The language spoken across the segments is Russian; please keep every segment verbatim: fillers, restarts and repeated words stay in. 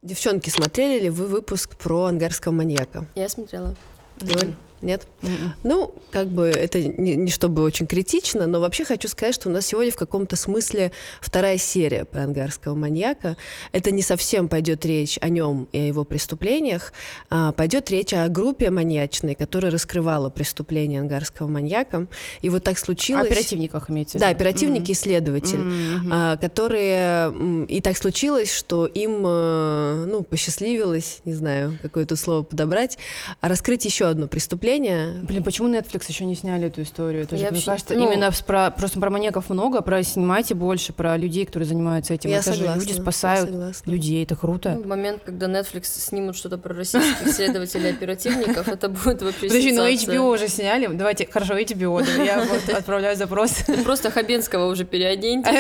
Девчонки, смотрели ли вы выпуск про ангарского маньяка? Я смотрела. Юль? Нет? Mm-mm. Ну, как бы это не, не чтобы очень критично, но вообще хочу сказать, что у нас сегодня в каком-то смысле вторая серия про ангарского маньяка. Это не совсем пойдет речь о нем и о его преступлениях, а пойдет речь о группе маньячной, которая раскрывала преступления ангарского маньяка. И вот так случилось... О оперативниках имеется в виду? Да, оперативники-исследователи, Mm-hmm. а, которые... И так случилось, что им, ну, посчастливилось, не знаю, какое-то слово подобрать, раскрыть еще одно преступление. Блин, почему Netflix еще не сняли эту историю? Это же, Я мне вообще- кажется, ну- именно про, просто про маньяков много, про снимайте больше, про людей, которые занимаются этим. Я Это согласна, же люди я спасают согласна. людей, это круто. Ну, в момент, когда Netflix снимут что-то про российских следователей-оперативников, это будет вообще Подожди, но сенсация. эйч би о уже сняли. Давайте, хорошо, эйч би о, да, я вот отправляю запрос. Просто Хабенского уже переоденьте.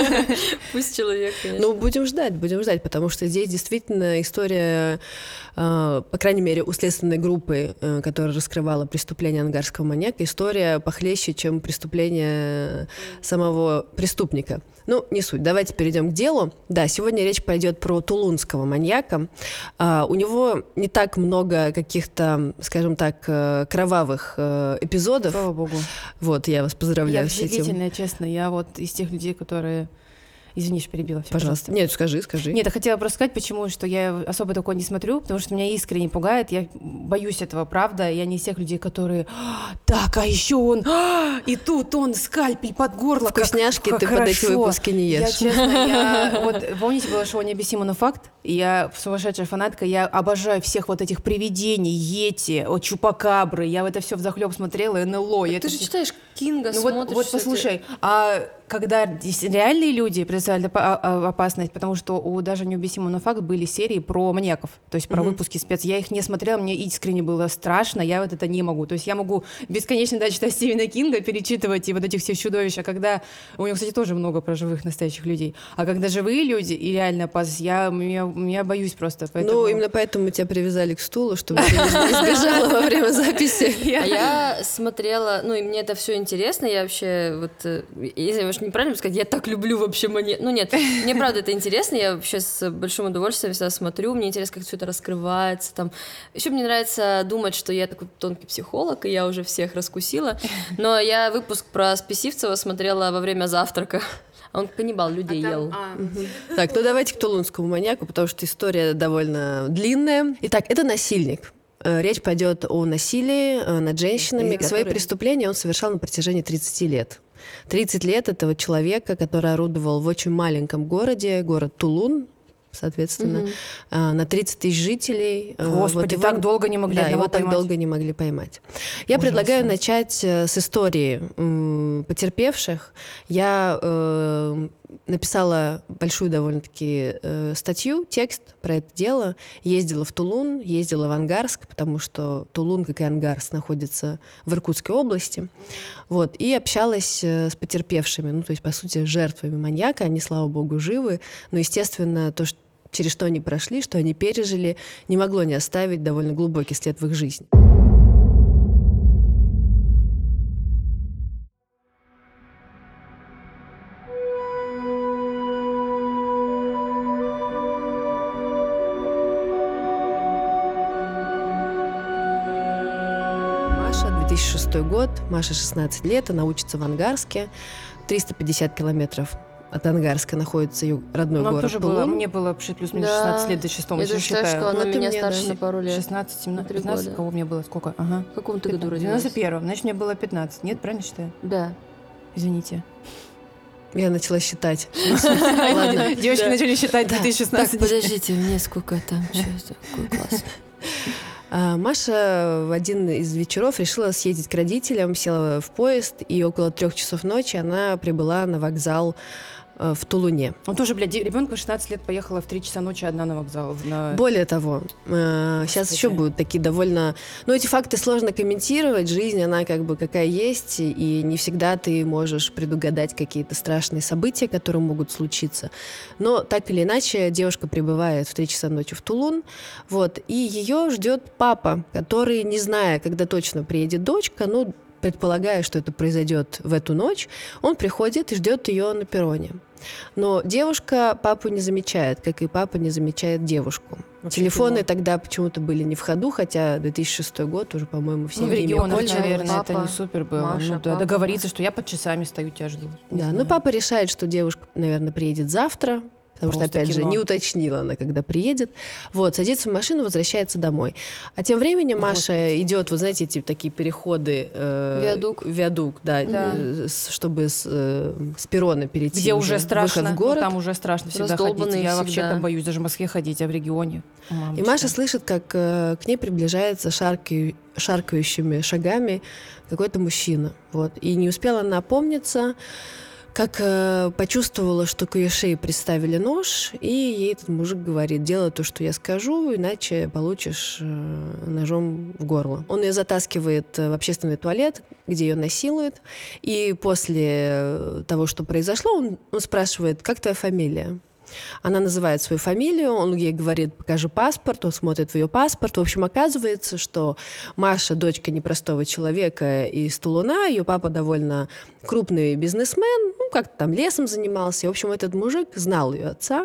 Пусть человек, конечно. Ну, будем ждать, будем ждать, потому что здесь действительно история, э, по крайней мере, у следственной группы, э, которая раскрывала преступление ангарского маньяка, история похлеще, чем преступление самого преступника. Ну, не суть. Давайте перейдем к делу. Да, сегодня речь пойдет про тулунского маньяка. А, у него не так много каких-то, скажем так, э, кровавых э, эпизодов. Слава богу. Вот, я вас Я поздравляю с этим. впечатлительная, честно. Я вот из тех людей, которые... Извини, что перебила. Всё, Пожалуйста. Нет, скажи, скажи. Нет, я хотела просто сказать, почему, что я особо такое не смотрю, потому что меня искренне пугает, я боюсь этого, правда, я не из тех людей, которые, «А, так, а еще он, а, и тут он, скальпель под горло, как- Вкусняшки как ты под эти хорошо». выпуски не Я, ешь. честно, я, вот, помните, было шоу «Необъяснимый, но факт», я сумасшедшая фанатка, я обожаю всех вот этих привидений, йети, о, чупакабры, я в это все взахлеб смотрела, эн эл о, я Ты это же читаешь Кинга, ну вот, смотришь. вот всё эти- послушай, а когда здесь реальные люди представляют опа- а- опасность, потому что у даже необъяснимого но факт были серии про маньяков, то есть про Мгм. выпуски спец. Я их не смотрела, мне искренне было страшно, я вот это не могу. То есть я могу бесконечно да, читать Стивена Кинга, перечитывать и вот этих всех чудовищ, а когда... У него, кстати, тоже много про живых настоящих людей. А когда живые люди и реально опасность, я, я, я боюсь просто. Поэтому... Ну, именно поэтому тебя привязали к стулу, чтобы ты не сбежала во время записи. А я смотрела, ну и мне это все интересно, я вообще вот, э, если уж неправильно сказать, я так люблю вообще маньяк. Ну нет, мне правда это интересно, я вообще с большим удовольствием всегда смотрю, мне интересно, как все это раскрывается. Там. Еще мне нравится думать, что я такой тонкий психолог, и я уже всех раскусила, но я выпуск про Списивцева смотрела во время завтрака. Он каннибал, людей ел. Так, ну давайте к тулунскому маньяку, потому что история довольно длинная. Итак, это насильник. Э, Речь пойдет о насилии э, над женщинами. И Свои который- преступления он совершал на протяжении тридцати лет. тридцать лет этого человека, который орудовал в очень маленьком городе, город Тулун, соответственно, Мгм. э, на тридцать тысяч жителей. Э, Господи, его- так долго не могли Да, одного его так поймать. долго не могли поймать. Я Ужасно. предлагаю начать э, с истории м, потерпевших. Я э, написала большую довольно-таки э, статью, текст про это дело. Ездила в Тулун, ездила в Ангарск, потому что Тулун, как и Ангарск, находится в Иркутской области. Вот, и общалась э, с потерпевшими, ну, то есть, по сути, жертвами маньяка. Они, слава богу, живы. Но, естественно, то, что через что они прошли, что они пережили, не могло не оставить довольно глубокий след в их жизни. Маша, две тысячи шестой год, Маша шестнадцать лет, она учится в Ангарске, триста пятьдесят километров от Ангарска находится ее родной Нам город тоже было, Тулун. мне было почти плюс-минус Да. шестнадцать лет до шестого, Я я даже считаю, считаю. что она Ну, это меня мне, старше да. на пару лет. шестнадцать, семнадцать, На три пятнадцать, года. кого мне было? Сколько? Ага. В каком ты году В родилась? девяносто первом, значит, мне было пятнадцать. Нет, правильно считаю? Да. Извините. Я начала считать. Ладно. Девочки Да. начали считать две тысячи Так, шестнадцать. подождите, мне сколько там? Сейчас, какой класс? А, Маша в один из вечеров решила съездить к родителям, села в поезд, и около трех часов ночи она прибыла на вокзал э, в Тулуне. Он тоже, блядь, ребенка в шестнадцать лет поехала в три часа ночи одна на вокзал. На... Более того, э, сейчас Господи. еще будут такие довольно... Ну, эти факты сложно комментировать, жизнь, она как бы какая есть, и не всегда ты можешь предугадать какие-то страшные события, которые могут случиться. Но так или иначе, девушка прибывает в три часа ночи в Тулун, вот, и ее ждет папа, который, не зная, когда точно приедет дочка, ну, предполагая, что это произойдет в эту ночь, он приходит и ждет ее на перроне. Но девушка папу не замечает, как и папа не замечает девушку. Вообще Телефоны фигня. тогда почему-то были не в ходу, хотя две тысячи шестой год уже, по-моему, все Ну, в ими регионах, пользовались. наверное, Папа, это не супер было. Маша, ну, да, папа, договориться, Маша. что я под часами стою, тебя жду. Не Да, знаю. ну папа решает, что девушка, наверное, приедет завтра, потому что, Просто опять же, кино. не уточнила она, когда приедет. Вот, садится в машину, возвращается домой. А тем временем Маша идет, вы знаете, эти такие переходы... э, Виадук. Виадук, да, Да. э, с- чтобы с, э, с перрона перейти. Где уже страшно, Выход в ну, город. там уже страшно всегда ходить. Раздолбанные Я всегда. вообще-то боюсь даже в Москве ходить, а в регионе. И Мамочка. Маша слышит, как э, к ней приближается шаркаю- шаркающими шагами какой-то мужчина. Вот. И не успела она опомниться, как э, почувствовала, что к ее шее приставили нож, и ей этот мужик говорит: делай то, что я скажу, иначе получишь э, ножом в горло. Он ее затаскивает э, в общественный туалет, где ее насилует, и после э, того, что произошло, он, он спрашивает: как твоя фамилия? Она называет свою фамилию, он ей говорит: покажи паспорт, он смотрит в ее паспорт. В общем, оказывается, что Маша — дочка непростого человека из Тулуна, ее папа довольно крупный бизнесмен, ну, как-то там лесом занимался. И, в общем, этот мужик знал ее отца,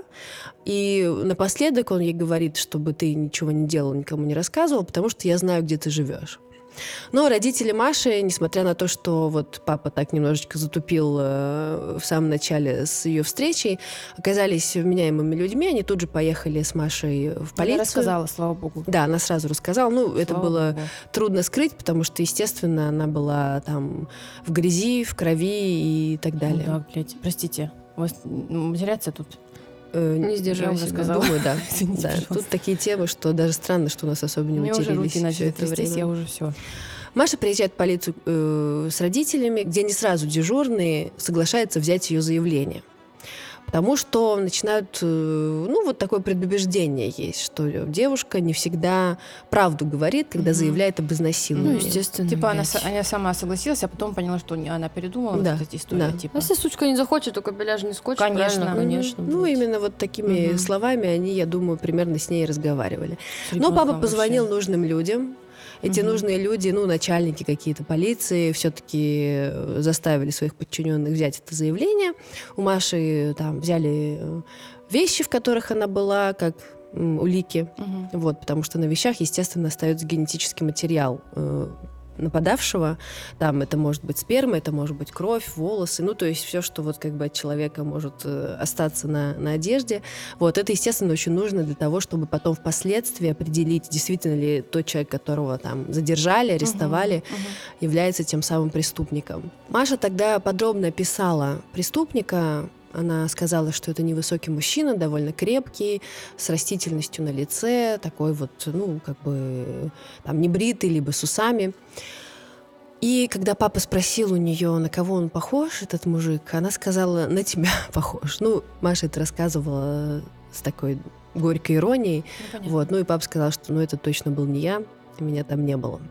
и напоследок он ей говорит, чтобы ты ничего не делал, никому не рассказывал, потому что я знаю, где ты живешь. Но родители Маши, несмотря на то, что вот папа так немножечко затупил э, в самом начале с ее встречей, оказались вменяемыми людьми. Они тут же поехали с Машей в полицию. Она рассказала, слава богу. Да, она сразу рассказала. Ну, это Слава было богу. трудно скрыть, потому что, естественно, она была там в грязи, в крови и так далее. Ну да, блядь, простите. У вас м, матерятся тут? Э, Не сдерживай я уже себя. сказала. Думаю, да. Извините, Да. пожалуйста. Тут такие темы, что даже странно, что у нас особо не У меня уже матерились руки все начали это трястись, время. я уже все. Маша приезжает в полицию э, с родителями, где не сразу дежурный соглашается взять ее заявление. Потому что начинают, э, ну, вот такое предубеждение есть, что девушка не всегда правду говорит, когда Мгм. заявляет об изнасиловании. Ну, естественно. Типа она, блядь. с- она сама согласилась, а потом поняла, что не- она передумала Да, вот эти истории. да. Типа. А если сучка не захочет, только беляж не скотч, Конечно. правильно, конечно. Ну, блядь. именно вот такими Мгм. словами они, я думаю, примерно с ней и разговаривали. С Но папа ребенком позвонил вообще. нужным людям. Эти Мгм. нужные люди, ну, начальники какие-то полиции, все-таки заставили своих подчиненных взять это заявление. У Маши там взяли э, вещи, в которых она была, как м, улики. Мгм. Вот, потому что на вещах, естественно, остается генетический материал э, нападавшего. Там это может быть сперма, это может быть кровь, волосы, ну, то есть все, что вот как бы от человека может э, остаться на, на одежде. Вот, это, естественно, очень нужно для того, чтобы потом впоследствии определить, действительно ли тот человек, которого там задержали, арестовали, Мгм. является тем самым преступником. Маша тогда подробно описала преступника. Она сказала, что это невысокий мужчина, довольно крепкий, с растительностью на лице, такой вот, ну, как бы, там, небритый, либо с усами. И когда папа спросил у нее, на кого он похож, этот мужик, она сказала: на тебя похож. Ну, Маша это рассказывала с такой горькой иронией. Ну, понятно. Вот. Ну и папа сказал, что ну, это точно был не я, меня там не было.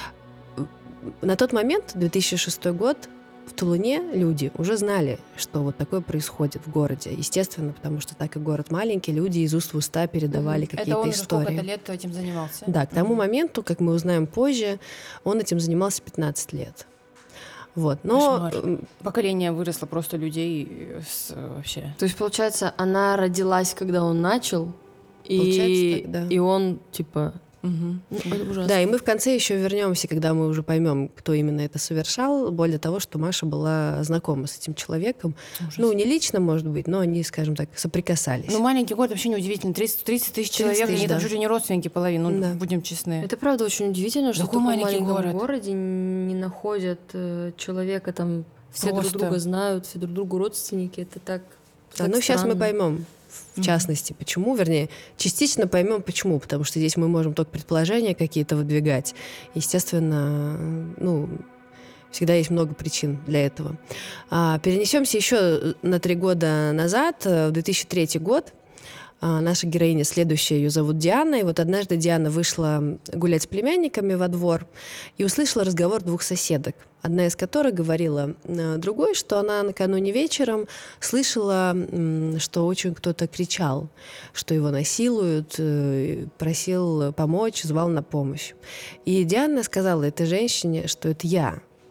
На тот момент, две тысячи шестой год, в Тулуне люди уже знали, что вот такое происходит в городе. Естественно, потому что так как город маленький, люди из уст в уста передавали Это какие-то он уже истории. сколько-то лет этим занимался? Да, к тому Мгм. моменту, как мы узнаем позже, он этим занимался пятнадцать лет. Вот. Но Кошмар. м, Поколение выросло просто людей э, с, э, вообще. То есть, получается, она родилась, когда он начал, и, Получается так, да. и он, типа... Мгм. ну, это ужасно. да, и мы в конце еще вернемся, когда мы уже поймем, кто именно это совершал. Более того, что Маша была знакома с этим человеком. Ужас. Ну, не лично, может быть, но они, скажем так, соприкасались. Ну, маленький город вообще неудивительно. тридцать, тридцать тысяч человек, тридцать тысяч, они там да. чуть ли не родственники половины, ну, Да. будем честны. Это правда очень удивительно, что в Такой таком маленький маленьком город. городе не находят э, человека, там все друг Просто. друга знают, все друг другу родственники. Это так. Да, так ну, сейчас мы странно. поймем, в частности, почему, вернее, частично поймем, почему, потому что здесь мы можем только предположения какие-то выдвигать. Естественно, ну, всегда есть много причин для этого. А, перенесемся еще на три года назад, э, в две тысячи третий год. А, наша героиня следующая, ее зовут Диана. И вот однажды Диана вышла гулять с племянниками во двор и услышала разговор двух соседок. Одна из которых говорила э, другой, что она накануне вечером слышала, м, что очень кто-то кричал, что его насилуют, э, просил помочь, звал на помощь. И Диана сказала этой женщине, что это я,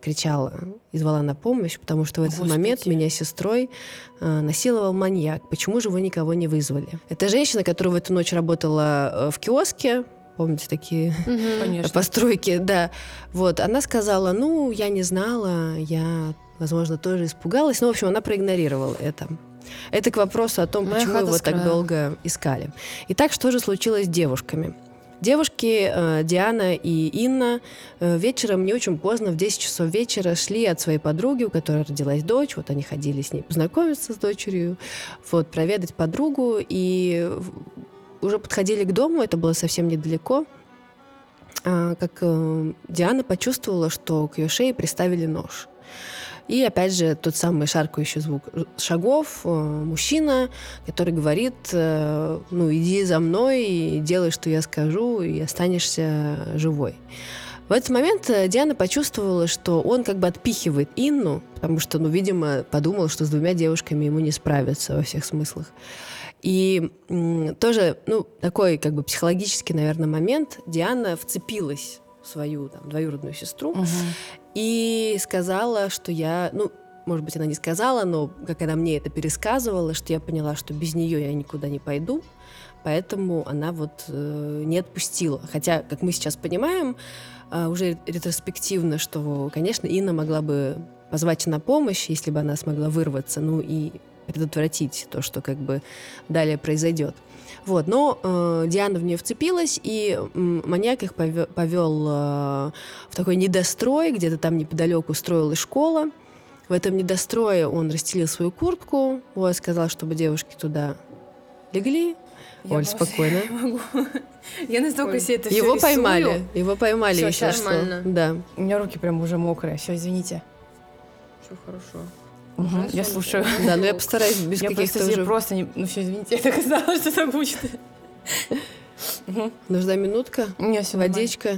кричала и звала на помощь, потому что в этот Господи. момент меня с сестрой э, насиловал маньяк. Почему же вы никого не вызвали? Это женщина, которая в эту ночь работала э, в киоске. Помните такие Конечно. постройки? Да. Вот. Она сказала, ну, я не знала, я, возможно, тоже испугалась. Ну, в общем, она проигнорировала это. Это к вопросу о том, Моя почему хата его с так краю. долго искали. Итак, что же случилось с девушками? Девушки э, Диана и Инна э, вечером, не очень поздно, в десять часов вечера шли от своей подруги, у которой родилась дочь. Вот они ходили с ней познакомиться с дочерью, вот, проведать подругу. И уже подходили к дому, это было совсем недалеко, э, как э, Диана почувствовала, что к ее шее приставили нож. И опять же тот самый шаркающий звук шагов, э, мужчина, который говорит, э, ну, иди за мной и делай, что я скажу, и останешься живой. В этот момент э, Диана почувствовала, что он как бы отпихивает Инну, потому что, ну, видимо, подумал, что с двумя девушками ему не справиться во всех смыслах. И м, тоже, ну, такой как бы психологический, наверное, момент. Диана вцепилась в свою там, двоюродную сестру, Мгм. и сказала, что я, ну, может быть, она не сказала, но как она мне это пересказывала, что я поняла, что без нее я никуда не пойду, поэтому она вот э, не отпустила. Хотя, как мы сейчас понимаем, э, уже ретроспективно, что, конечно, Инна могла бы позвать на помощь, если бы она смогла вырваться, ну и предотвратить то, что как бы далее произойдет. Вот, но э, Диана в нее вцепилась, и м, маньяк их повел, повел э, в такой недострой, где-то там неподалеку строилась школа. В этом недострое он расстелил свою куртку, вот, сказал, чтобы девушки туда легли. Я Оль, просто спокойно. не могу. Я настолько Оль, себе это всё Его рисую. поймали, его поймали Всё, еще щас что. нормально. Да. У меня руки прям уже мокрые. Все, извините. Все хорошо. Мгм, Уже я всё слушаю. нормально. Да, но я постараюсь без Я каких-то просто себе уже... просто не... Ну все, извините, я так и знала, что так будет. Мгм. Нужна минутка, У меня все водичка.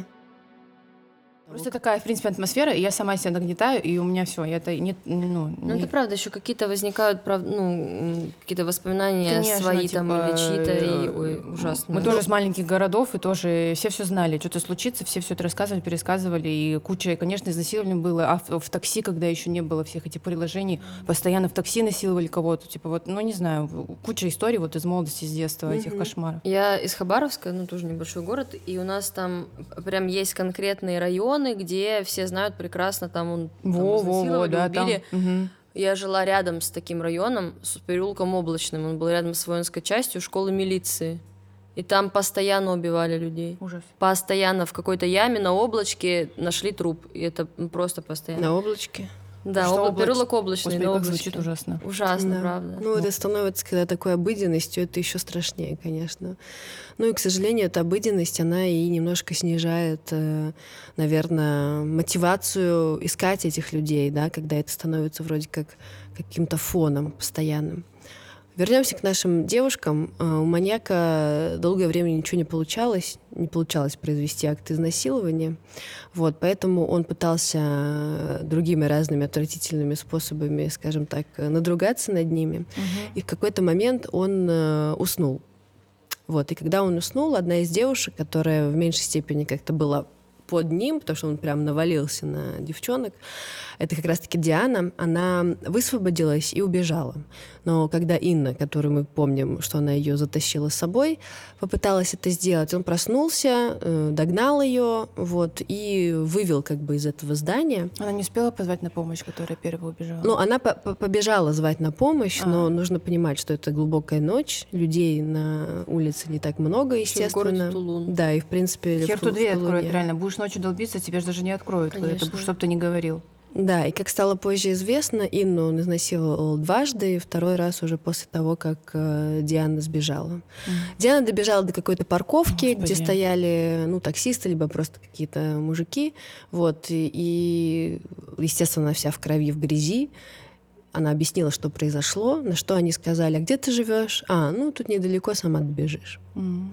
Просто такая, в принципе, атмосфера, и я сама себя нагнетаю, и у меня все, это не, ну, Ну, не- это правда, еще какие-то возникают, прав- ну, м, какие-то воспоминания Конечно, свои там типа, или чьи-то, и, э, ой, ужасно. Мы тоже с маленьких городов, и тоже все все знали, что-то случится, все все это рассказывали, пересказывали, и куча, конечно, изнасилований было, а в, в такси, когда еще не было всех этих приложений, постоянно в такси насиловали кого-то, типа вот, ну не знаю, куча историй вот из молодости, с детства, этих Мгм. кошмаров. Я из Хабаровска, ну, тоже небольшой город, и у нас там прям есть конкретные районы, где все знают прекрасно, там он там Во-во-во, изнасиловали, да, там. убили. Мгм. Я жила рядом с таким районом, с переулком Облачным, он был рядом с воинской частью школы милиции. И там постоянно убивали людей. Ужас. Постоянно в какой-то яме на облачке нашли труп. И это просто постоянно. На облачке. Да, Что обла- облач- переулок Облачный, Господи, на как облачке. звучит ужасно. Ужасно, Да. правда. Ну, это становится, когда такой обыденностью, это еще страшнее, конечно. Ну и, к сожалению, эта обыденность, она и немножко снижает, э, наверное, мотивацию искать этих людей, да, когда это становится вроде как каким-то фоном постоянным. Вернемся к нашим девушкам. Э, У маньяка долгое время ничего не получалось, не получалось произвести акт изнасилования. Вот, поэтому он пытался другими разными отвратительными способами, скажем так, надругаться над ними. И в какой-то момент он э, уснул. Вот, и когда он уснул, одна из девушек, которая в меньшей степени как-то была под ним, потому что он прям навалился на девчонок, это как раз-таки Диана, она высвободилась и убежала. Но когда Инна, которую мы помним, что она ее затащила с собой, попыталась это сделать, он проснулся, э, догнал ее, вот, и вывел как бы из этого здания. Она не успела позвать на помощь, которая первая убежала? Ну, она по- по- побежала звать на помощь, А. но нужно понимать, что это глубокая ночь, людей на улице не так много, Ещё в городе естественно. Тулун. Да, и в принципе... Хер в ту Ту- дверь в Тулуне. откроют, реально. Будешь ночью долбиться, тебе же даже не откроют. Конечно. Это чтоб ты не говорил. Да, и как стало позже известно, Инну он изнасиловал дважды, и второй раз уже после того, как э, Диана сбежала. Диана добежала до какой-то парковки, Господи. где стояли, ну, таксисты, либо просто какие-то мужики, вот, и, и, естественно, она вся в крови, в грязи. Она объяснила, что произошло, на что они сказали: а где ты живешь? А, ну, тут недалеко, сама добежишь. М.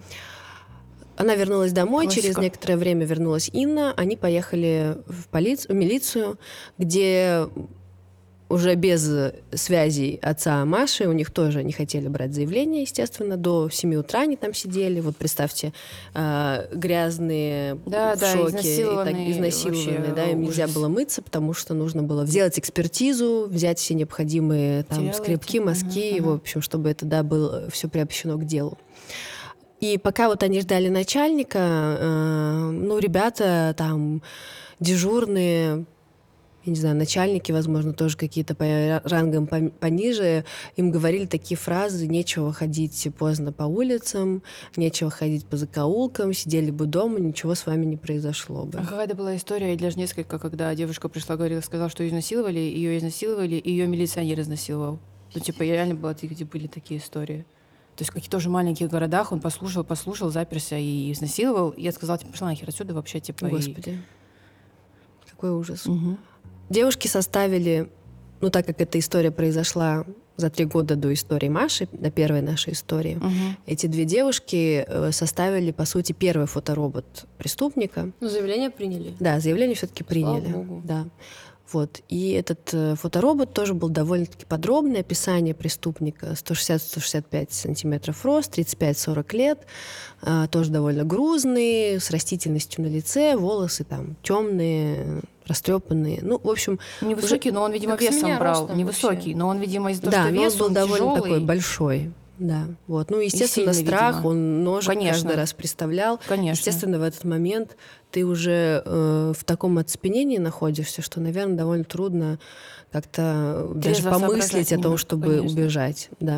Она вернулась домой, Классика. через некоторое время вернулась Инна, они поехали в, полицию, в милицию, где уже без связей отца Маши, у них тоже не хотели брать заявление, естественно, до семи утра они там сидели. Вот представьте, э, грязные, да, в да, шоке, изнасилованные, и так, изнасилованные, вообще да, им ужас. нельзя было мыться, потому что нужно было сделать экспертизу, взять все необходимые там Делайте. скрепки, мазки, Ага, в общем, чтобы это, да, было все приобщено к делу. И пока вот они ждали начальника, э, ну, ребята там дежурные, я не знаю, начальники, возможно, тоже какие-то по рангам пониже, им говорили такие фразы: нечего ходить поздно по улицам, нечего ходить по закоулкам, сидели бы дома, ничего с вами не произошло бы. А какая-то была история, или даже несколько, когда девушка пришла, говорила, сказала, что ее изнасиловали, ее изнасиловали, и ее милиционер изнасиловал. Ну, типа, реально было, где были такие истории. То есть в каких-то тоже маленьких городах он послушал, послушал, заперся и изнасиловал. И я сказала, типа, пошла нахер отсюда вообще, типа. Господи, и... какой ужас. Угу. Девушки составили, ну, так как эта история произошла за три года до истории Маши, до первой нашей истории, Угу. эти две девушки составили, по сути, первый фоторобот преступника. Ну, заявление приняли. Да, заявление все-таки приняли. Слава богу. Да. Вот. И этот э, фоторобот тоже был довольно-таки подробное описание преступника. сто шестьдесят - сто шестьдесят пять сантиметров рост, тридцать пять - сорок лет, э, тоже довольно грузный, с растительностью на лице, волосы там темные, растрепанные. Ну, в общем... Невысокий, но он, видимо, Как с весом меня брал. ростом Невысокий, вообще. но он, видимо, из-за того, Да, что но вес, он был он довольно тяжелый. такой большой. Да, вот. Ну, естественно, сильный, страх, видимо. он ножик Конечно. каждый раз представлял. Конечно. Естественно, в этот момент ты уже э, в таком оцепенении находишься, что, наверное, довольно трудно как-то даже Трезво помыслить соображать о том, немного, чтобы конечно. убежать. Да.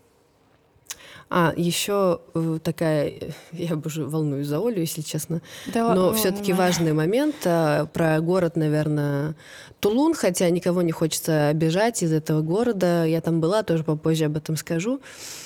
А, еще э, такая, я уже волнуюсь за Олю, если честно, Да, но ну, все-таки ну, важный момент а, про город, наверное, Тулун, хотя никого не хочется обижать из этого города. Я там была, тоже попозже об этом скажу.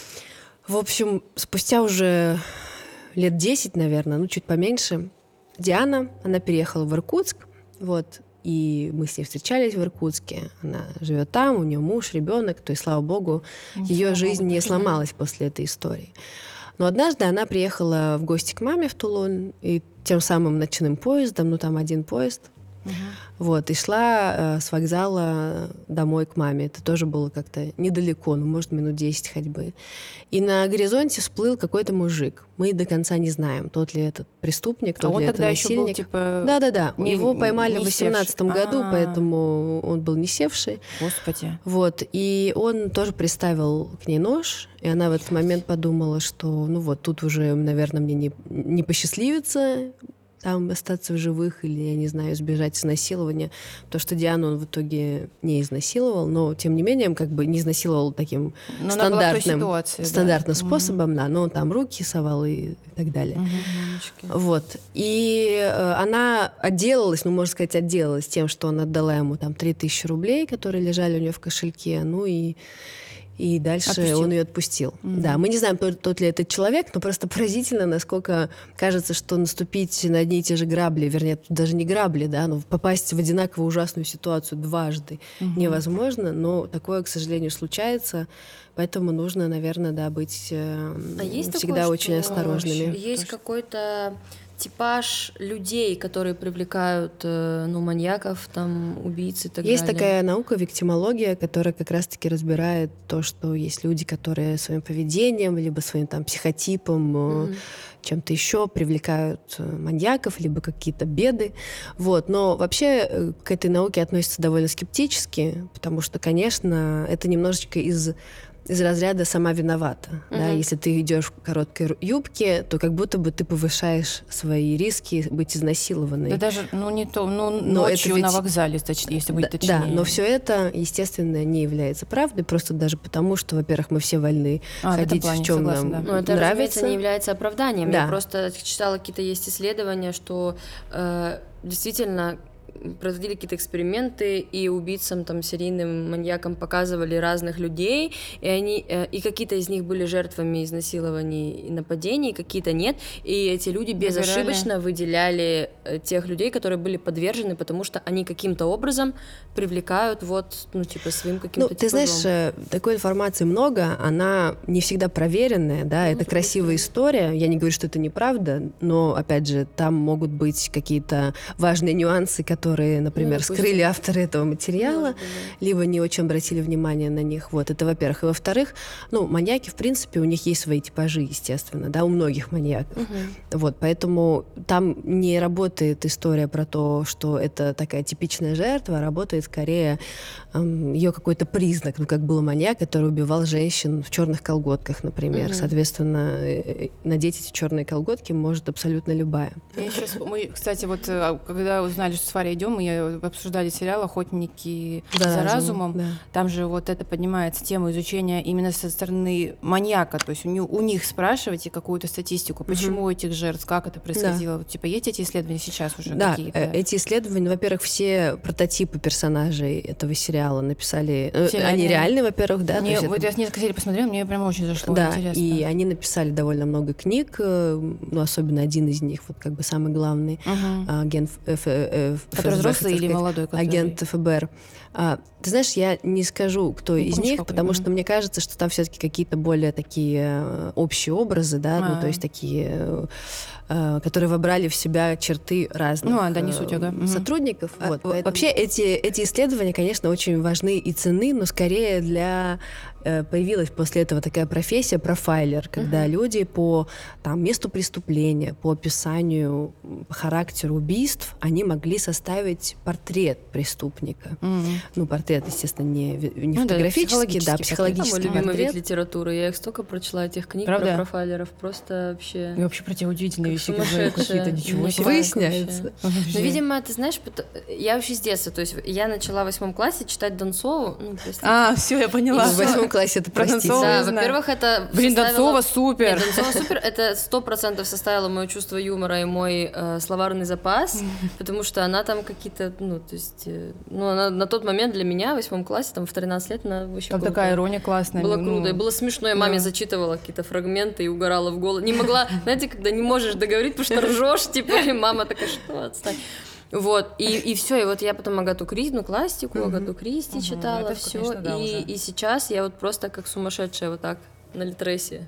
В общем, спустя уже лет десять, наверное, ну чуть поменьше, Диана, она переехала в Иркутск, вот, и мы с ней встречались в Иркутске. Она живет там, у нее муж, ребенок, то есть, слава богу, Ну, ее слава жизнь богу, не да. сломалась после этой истории. Но однажды она приехала в гости к маме в Тулун, и тем самым ночным поездом, ну там один поезд, Мгм. вот, и шла э, с вокзала домой к маме. Это тоже было как-то недалеко, ну, может, минут десять ходьбы. И на горизонте всплыл какой-то мужик. Мы до конца не знаем, тот ли этот преступник, А тот он ли это тогда еще был, насильник. типа... Да-да-да. не- Его поймали не в восемнадцатом севший. году, А. поэтому он был не севший. Господи. Вот. И он тоже приставил к ней нож, и она в этот момент подумала, что ну вот тут уже, наверное, мне не, не посчастливится там остаться в живых или, я не знаю, избежать изнасилования. То, что Диану он в итоге не изнасиловал, но, тем не менее, как бы не изнасиловал таким Но она была в той стандартным, ситуации, да. стандартным Мгм. способом, да, но он там руки совал и так далее. Мгм. Мамочки. Вот. И э, она отделалась, ну, можно сказать, отделалась тем, что она отдала ему там три тысячи рублей, которые лежали у нее в кошельке, ну и И дальше Отпустил. он ее отпустил. Мгм. Да, мы не знаем, тот, тот ли этот человек, но просто поразительно, насколько кажется, что наступить на одни и те же грабли, вернее, тут даже не грабли, да, но попасть в одинаково ужасную ситуацию дважды Мгм. невозможно, но такое, к сожалению, случается, поэтому нужно, наверное, да, быть э, А есть всегда такое, очень что осторожными. Есть какой-то типаж людей, которые привлекают э, ну, маньяков, там, убийц и так Есть далее. такая наука, виктимология, которая как раз-таки разбирает то, что есть люди, которые своим поведением, либо своим там психотипом, э, Мгм. чем-то еще привлекают э, маньяков, либо какие-то беды. Вот. Но вообще э, к этой науке относятся довольно скептически, потому что, конечно, это немножечко из из разряда «сама виновата». Да? Мгм. Если ты идешь в короткой ру- юбке, то как будто бы ты повышаешь свои риски быть изнасилованной. Да даже, ну, не то, ну, Но ночью это ведь- на вокзале, точ- если быть Да, точнее. да, но все это, естественно, не является правдой, просто даже потому, что, во-первых, мы все вольны А, в этом ходить плане, в чем согласна, нам да. Ну, это, нравится. разумеется, не является оправданием. Да. Я просто читала, какие-то есть исследования, что э, действительно проводили какие-то эксперименты, и убийцам, там, серийным маньякам показывали разных людей, и, они, э, и какие-то из них были жертвами изнасилований и нападений, какие-то нет, и эти люди безошибочно выделяли э, тех людей, которые были подвержены, потому что они каким-то образом привлекают вот, ну, типа, своим Ну, каким-то ты типажом. знаешь, э, такой информации много, она не всегда проверенная, да, это красивая история, я не говорю, что это неправда, но, опять же, там могут быть какие-то важные нюансы, которые которые, например, допустим. скрыли авторы этого материала, Может быть, да. либо не очень обратили внимание на них. Вот, это во-первых. И во-вторых, ну, маньяки, в принципе, у них есть свои типажи, естественно, да, у многих маньяков. Мгм. Вот, поэтому там не работает история про то, что это такая типичная жертва, а работает скорее эм, ее какой-то признак, ну, как был маньяк, который убивал женщин в черных колготках, например. Мгм. Соответственно, э, надеть эти черные колготки может абсолютно любая. Я сейчас, мы, кстати, вот э, когда узнали, что с Фарей идем, мы обсуждали сериал «Охотники за разумом». Да. Там же вот это поднимается тема изучения именно со стороны маньяка. То есть у, них- у них спрашиваете какую-то статистику, почему у этих жертв, как это происходило. Вот, типа, есть эти исследования сейчас уже Да, какие-то? э, эти исследования, во-первых, все прототипы персонажей этого сериала написали. э, Все Они реальные? реальные, во-первых, да. то Мне- есть вот это- я несколько серий посмотрела, мне прям очень зашло, Да, интересно. и они написали довольно много книг, э, ну, особенно один из них, вот как бы самый главный, Мгм. а, агент Ф- Ф- э, Который ФСБ, взрослый хотел или сказать, молодой? Который... агент ФБР. А, ты знаешь, я не скажу, кто Не из помнишь, них, какой? потому Мгм. что мне кажется, что там все-таки какие-то более такие э, общие образы, да, ну, А. то есть такие, э, э, которые вобрали в себя черты разных Ну, а, да, не суть, э, ага. Мгм. сотрудников. А, Вот, поэтому- Вообще эти, эти исследования, конечно, очень важны и ценны, но скорее для... э, Появилась после этого такая профессия профайлер, когда Мгм. люди по там, месту преступления, по описанию, м, по характеру убийств, они могли составить портрет преступника. Мгм. Ну, портрет, естественно, не, ви- не Ну да, фотографический, да, психологический Это мой психологический любимый портрет. вид литературы. Я их столько прочла, этих книг Правда? про профайлеров. Просто вообще... И вообще про те удивительные Как вещи, которые сумасшедшая. какие-то, ничего Не себе. знаю, Выясняется. Вообще. Ну, видимо, ты знаешь, пото- я вообще с детства, то есть я начала в восьмом классе читать Донцову. Ну, простите. А, все, я поняла. Ну, в восьмом классе это Про простите. Донцову Да, я знаю. во-первых, это Блин, составило- Донцова супер. Нет, Донцова супер. Это сто процентов составило мое чувство юмора и мой э, словарный запас, потому что она там какие-то, ну, то есть, э, ну, она на тот момент для меня в восьмом классе, там, в тринадцать лет, она вообще Там крутая. такая ирония классная. Было ну, круто, и было смешно, я маме да. зачитывала какие-то фрагменты и угорала в голос. Не могла, знаете, когда не можешь договорить, потому что ржешь, типа, и мама такая, что, отстань. Вот, и, и все, и вот я потом Агату Кристи, ну, классику, Агату Кристи Мгм, читала, это, все, конечно, да, и, уже. и сейчас я вот просто как сумасшедшая вот так на Литресе.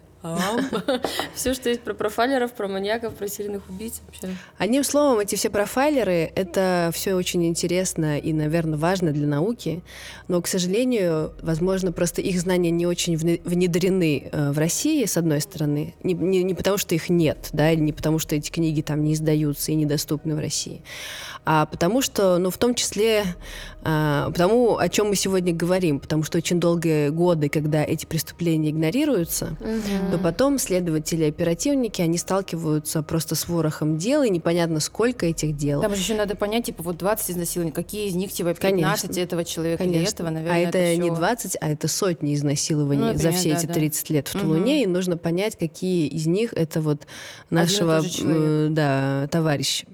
Все, что есть про профайлеров, про маньяков, про серийных убийц вообще. Одним словом, эти все профайлеры — это все очень интересно и, наверное, важно для науки, но, к сожалению, возможно, просто их знания не очень вне- внедрены э, в России, с одной стороны, не, не- не потому что их нет, да, или не потому что эти книги там не издаются и недоступны в России, а потому что, ну, в том числе, а, потому, о чем мы сегодня говорим, потому что очень долгие годы, когда эти преступления игнорируются, то потом следователи, оперативники, они сталкиваются просто с ворохом дел, и непонятно, сколько этих дел. Там же еще надо понять, типа, вот двадцать изнасилований, какие из них, типа, пятнадцать Конечно. этого человека или Конечно. этого, наверное, а это, не всё. двадцать, а это сотни изнасилований Ну, за например, все да, эти да. тридцать лет в Мгм. Тулуне, и нужно понять, какие из них это вот и нашего тот же человек. э, да, товарища.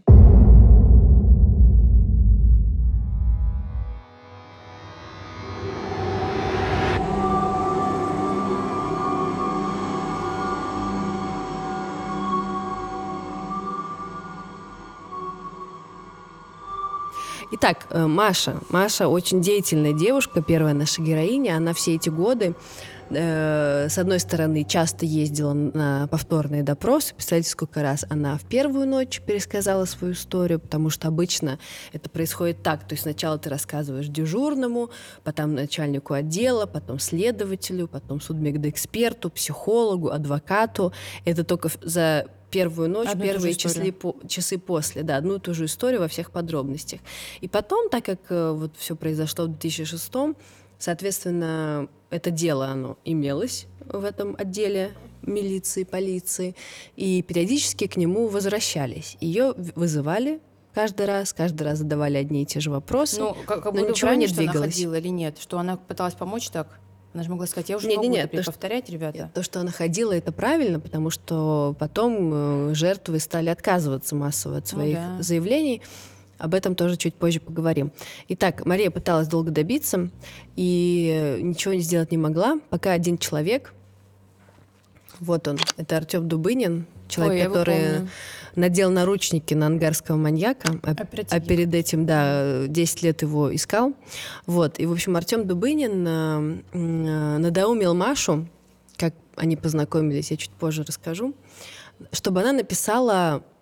Итак, э, Маша. Маша очень деятельная девушка, первая наша героиня. Она все эти годы, э, с одной стороны, часто ездила на повторные допросы. Представляете, сколько раз она в первую ночь пересказала свою историю, потому что обычно это происходит так. То есть сначала ты рассказываешь дежурному, потом начальнику отдела, потом следователю, потом судмедэксперту, психологу, адвокату. Это только в- за первую ночь, Одну и ту же первые историю. часы, по- часы после, да, одну и ту же историю во всех подробностях. И потом, так как э, вот все произошло в две тысячи шестом, соответственно, это дело, оно имелось в этом отделе милиции, полиции, и периодически к нему возвращались. Ее в- вызывали каждый раз, каждый раз задавали одни и те же вопросы. Ну, как, как но будто ничего правильно, не что она двигалось. ходила или нет? Что она пыталась помочь так? Она же могла сказать, я уже Не, не не, могу нет, теперь то, что- повторять, ребята. Нет, то, что она ходила, это правильно, потому что потом э, жертвы стали отказываться массово от Ну своих да. заявлений. Об этом тоже чуть позже поговорим. Итак, Мария пыталась долго добиться и э, ничего не сделать не могла, пока один человек, вот он, это Артем Дубынин, человек, Ой, я его который помню. надел наручники на ангарского маньяка, а, а Оперативник. перед этим, да, десять лет его искал. Вот. И, в общем, Артем Дубынин э, э, надоумил Машу, как они познакомились, я чуть позже расскажу, чтобы она написала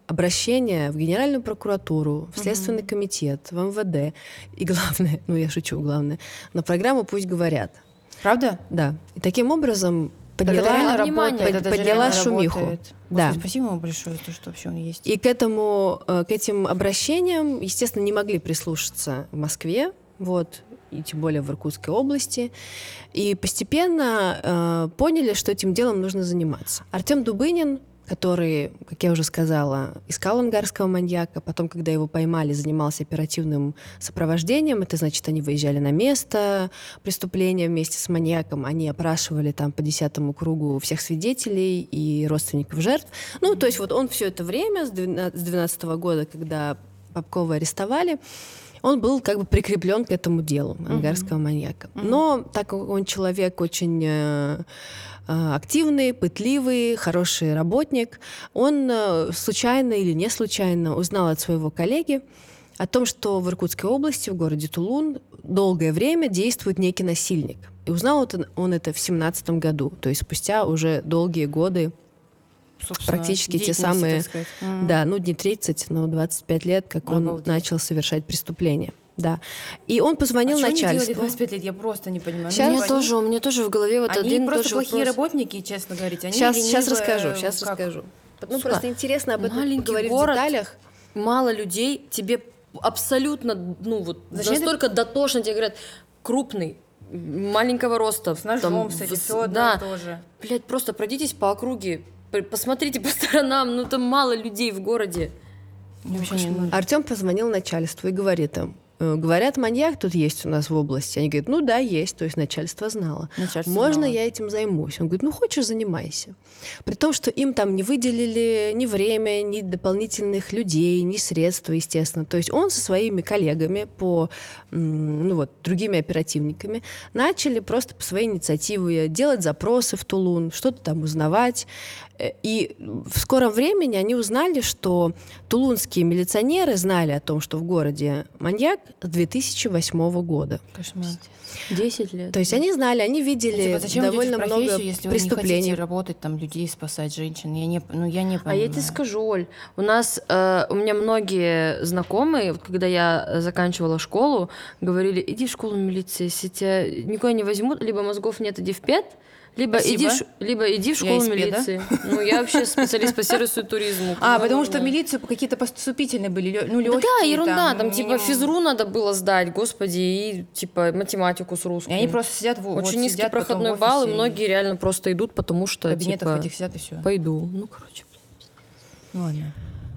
обращение в Генеральную прокуратуру, в Следственный комитет, в эм вэ дэ. И главное, ну я шучу, главное, на программу «Пусть говорят». Правда? Да. И таким образом Это подняла, реально внимание, работает, под- это же подняла реально шумиху. работает. Да. Господи, спасибо ему большое за то, что вообще он есть. И к этому, э, к этим обращениям, естественно, не могли прислушаться в Москве, вот, и тем более в Иркутской области. И постепенно э, поняли, что этим делом нужно заниматься. Артем Дубынин, который, как я уже сказала, искал ангарского маньяка, потом, когда его поймали, занимался оперативным сопровождением. Это значит, они выезжали на место преступления вместе с маньяком, они опрашивали там по десятому кругу всех свидетелей и родственников жертв. Ну, то есть вот он все это время, с двенадцатого года, когда Попкова арестовали, он был как бы прикреплен к этому делу ангарского mm-hmm. маньяка. Mm-hmm. Но так как он человек очень э, активный, пытливый, хороший работник, он э, случайно или не случайно узнал от своего коллеги о том, что в Иркутской области, в городе Тулун, долгое время действует некий насильник. И узнал он это в семнадцатом году, то есть спустя уже долгие годы. Собственно, практически те самые, mm. да, ну не тридцать, но двадцать пять лет, как он Обалдеть. начал совершать преступления. Да. И он позвонил а начальству. Что они делали двадцать пять лет? Я просто не понимаю. Сейчас... У меня тоже, у меня тоже в голове вот они один просто тоже плохие вопрос. работники, честно говорить. Они сейчас, ленивые, сейчас расскажу, сейчас как? расскажу. Ну Сука, просто интересно об этом маленький говорить город, в деталях. Мало людей, тебе абсолютно, ну вот, Зачем настолько ты... дотошно тебе говорят, крупный, маленького роста. С ножом, там, кстати, в... все одно да. и то же. Блядь, просто пройдитесь по округе, посмотрите по сторонам, ну там мало людей в городе. Артем позвонил начальству и говорит им, говорят, маньяк тут есть у нас в области. Они говорят, ну да, есть, то есть начальство знало. Начальство Можно знало. Я этим займусь? Он говорит, ну хочешь, занимайся. При том, что им там не выделили ни время, ни дополнительных людей, ни средства, естественно. То есть он со своими коллегами, по, ну вот, другими оперативниками, начали просто по своей инициативе делать запросы в Тулун, что-то там узнавать. И в скором времени они узнали, что тулунские милиционеры знали о том, что в городе маньяк с две тысячи восьмого года. Кошмар. десять лет. То есть они знали, они видели типа, зачем довольно много если преступлений. Вы не хотите работать, там, людей спасать, женщин? Я не, ну, я не понимаю. А я тебе скажу, Оль, у нас, э, у меня многие знакомые, вот, когда я заканчивала школу, говорили, иди в школу милиции, если тебя никуда не возьмут, либо мозгов нет, иди в пед, Либо иди, в, либо иди в школу милиции. Да? Ну, я вообще специалист по сервису и туризму. А, потому что в милицию какие-то поступительные были, ну, легкие. Да, ерунда, там, там типа физру надо было сдать, господи, и типа математику с русским. И они просто сидят в Очень вот, низкий сидят проходной балл, и многие реально просто идут, потому что, в кабинетах типа, этих сидят и все. Пойду. Ну, короче. Ну, ладно.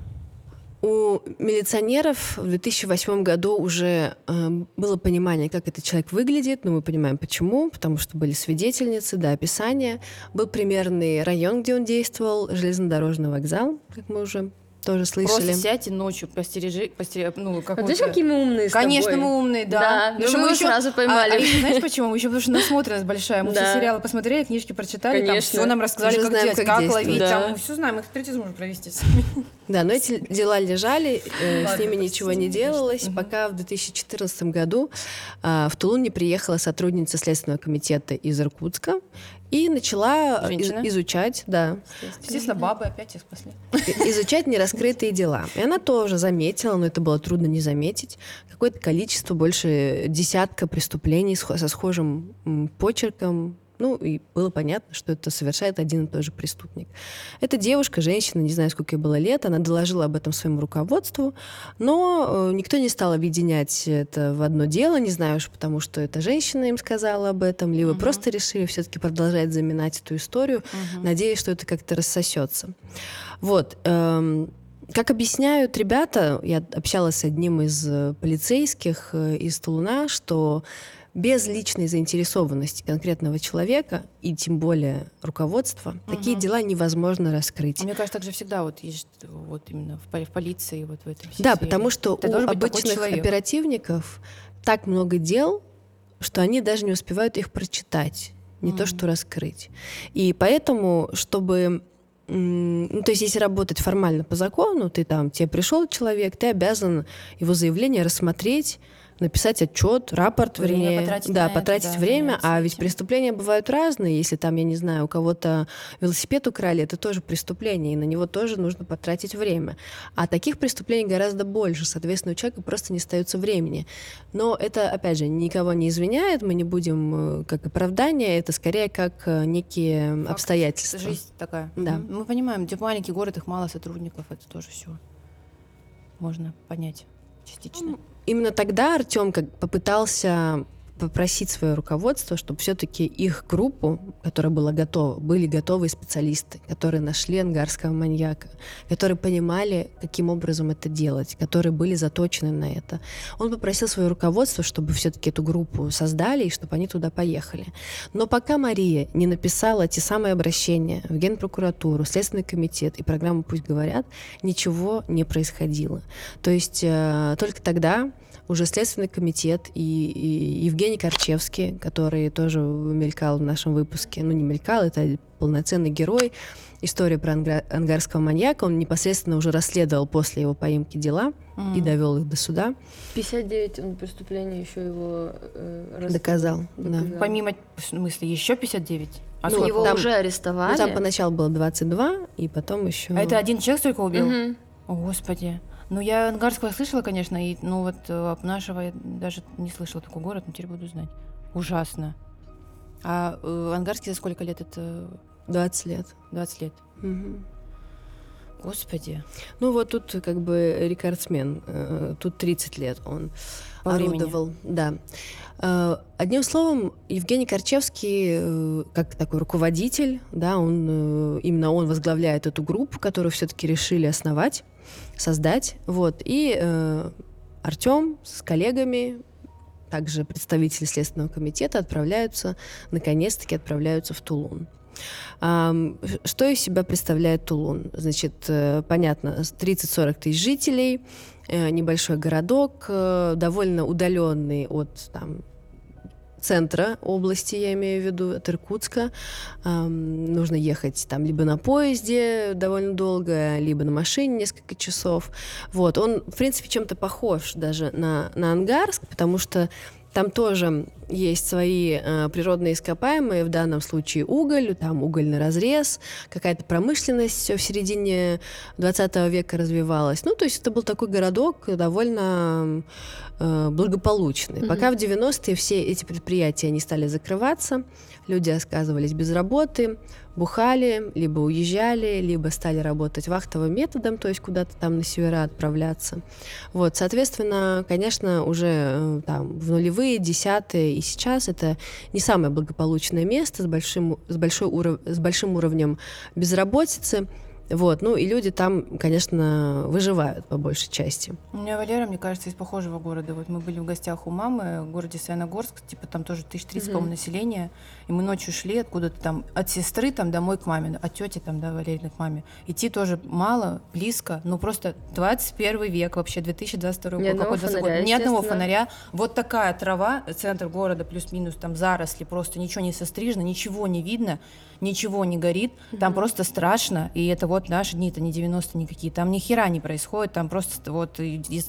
У милиционеров в две тысячи восьмом году уже э, было понимание, как этот человек выглядит, но мы понимаем, почему, потому что были свидетельницы, да, описания. Был примерный район, где он действовал, железнодорожный вокзал, как мы уже тоже слышали. Просто сядьте ночью, постережи, постережи, ну, как а ты же какие мы умные с Конечно, тобой. мы умные, да. Да, ну, мы, мы еще сразу поймали. А, а еще, знаешь почему? Мы еще потому что насмотренность большая. Мы да. все сериалы посмотрели, книжки прочитали, там все нам рассказали, уже как знаем, делать, как, как ловить, да. там, мы все знаем, экспертизу можем провести сами. Да, но эти дела лежали, э, Ладно, с ними ничего не делалось, угу. пока в две тысячи четырнадцатом году э, в Тулун не приехала сотрудница Следственного комитета из Иркутска и начала из, изучать, да. Естественно, бабы опять их спасли. Изучать нераскрытые дела. И она тоже заметила, но это было трудно не заметить, какое-то количество, больше десятка преступлений со схожим почерком. Ну, и было понятно, что это совершает один и тот же преступник. Эта девушка, женщина, не знаю, сколько ей было лет, она доложила об этом своему руководству, но э, никто не стал объединять это в одно дело, не знаю уж, потому что эта женщина им сказала об этом, либо uh-huh. просто решили все-таки продолжать заминать эту историю, uh-huh. надеясь, что это как-то рассосется. Вот. Эм, Как объясняют ребята, я общалась с одним из полицейских из Тулуна, что без личной заинтересованности конкретного человека и тем более руководства угу. такие дела невозможно раскрыть. Мне кажется, так же всегда вот есть вот именно в полиции вот в этом. Да, потому что это у обычных оперативников так много дел, что они даже не успевают их прочитать, не угу. то что раскрыть. И поэтому, чтобы Ну, то есть, если работать формально по закону, ты там, тебе пришел человек, ты обязан его заявление рассмотреть, написать отчет, рапорт, Время вернее, потратить да, на это, потратить да, время, заняться а ведь этим. преступления бывают разные. Если там, я не знаю, у кого-то велосипед украли, это тоже преступление, и на него тоже нужно потратить время. А таких преступлений гораздо больше, соответственно, у человека просто не остается времени. Но это, опять же, никого не извиняет, мы не будем э, как оправдание, это скорее как э, некие Факт. обстоятельства. Жизнь такая. Да. Мгм. Мы понимаем, где маленький город, их мало сотрудников, это тоже все можно понять частично. Именно тогда Артём как попытался попросить свое руководство, чтобы все-таки их группу, которая была готова, были готовые специалисты, которые нашли ангарского маньяка, которые понимали, каким образом это делать, которые были заточены на это. Он попросил свое руководство, чтобы все-таки эту группу создали и чтобы они туда поехали. Но пока Мария не написала те самые обращения в Генпрокуратуру, Следственный комитет и программу «Пусть говорят», ничего не происходило. То есть э, только тогда уже Следственный комитет и, и Евгений Корчевский, который тоже мелькал в нашем выпуске, ну не мелькал, это полноценный герой, история про ангар, ангарского маньяка, он непосредственно уже расследовал после его поимки дела mm. и довел их до суда. пятьдесят девять он преступления еще его э, раз... доказал. доказал. Да. Помимо в смысле еще пятьдесят девять? А ну, его там, уже арестовали. Ну, там поначалу было двадцать два, и потом еще... А это один человек только убил? Угу. О, Господи. Ну, я Ангарского слышала, конечно, и, ну, вот э, нашего я даже не слышала такой город, но теперь буду знать. Ужасно. А э, Ангарский за сколько лет это? двадцать лет. двадцать лет. Угу. Господи. Ну, вот тут как бы рекордсмен. Э, тут тридцать лет он По орудовал. времени. Да. Э, одним словом, Евгений Корчевский, э, как такой руководитель, да, он, э, именно он возглавляет эту группу, которую все-таки решили основать, создать. Вот. И э, Артём с коллегами, также представители Следственного комитета, отправляются, наконец-таки отправляются в Тулун. Что из себя представляет Тулун? Значит, понятно, тридцать-сорок тысяч жителей, небольшой городок, довольно удаленный от там, центра области, я имею в виду, от Иркутска. Нужно ехать там либо на поезде довольно долго, либо на машине несколько часов. Вот. Он, в принципе, чем-то похож даже на, на Ангарск, потому что там тоже есть свои э, природные ископаемые, в данном случае уголь, там угольный разрез, какая-то промышленность все в середине двадцатого века развивалась. Ну, то есть это был такой городок довольно э, благополучный. Mm-hmm. Пока в девяностые все эти предприятия не стали закрываться, люди оказывались без работы, бухали, либо уезжали, либо стали работать вахтовым методом, то есть куда-то там на севера отправляться. Вот, соответственно, конечно, уже там в нулевые, десятые и сейчас это не самое благополучное место с большим, с большой уров, с большим уровнем безработицы. Вот, ну и люди там, конечно, выживают по большей части. У меня Валера, мне кажется, из похожего города. Вот мы были в гостях у мамы в городе Саяногорск, типа там тоже тысяча тридцать, mm-hmm. по-моему, населения. И мы ночью шли откуда-то там от сестры там домой к маме, от тети там, да, Валерины к маме. Идти тоже мало, близко, ну просто двадцать первый век, вообще две тысячи двадцать второй год, какой двадцатый год. Ни одного фонаря. Вот такая трава, центр города плюс-минус, там заросли, просто ничего не сострижено, ничего не видно, ничего не горит. Там mm-hmm. просто страшно, и это вот наши дни, это не девяностые никакие, там ни хера не происходит, там просто вот из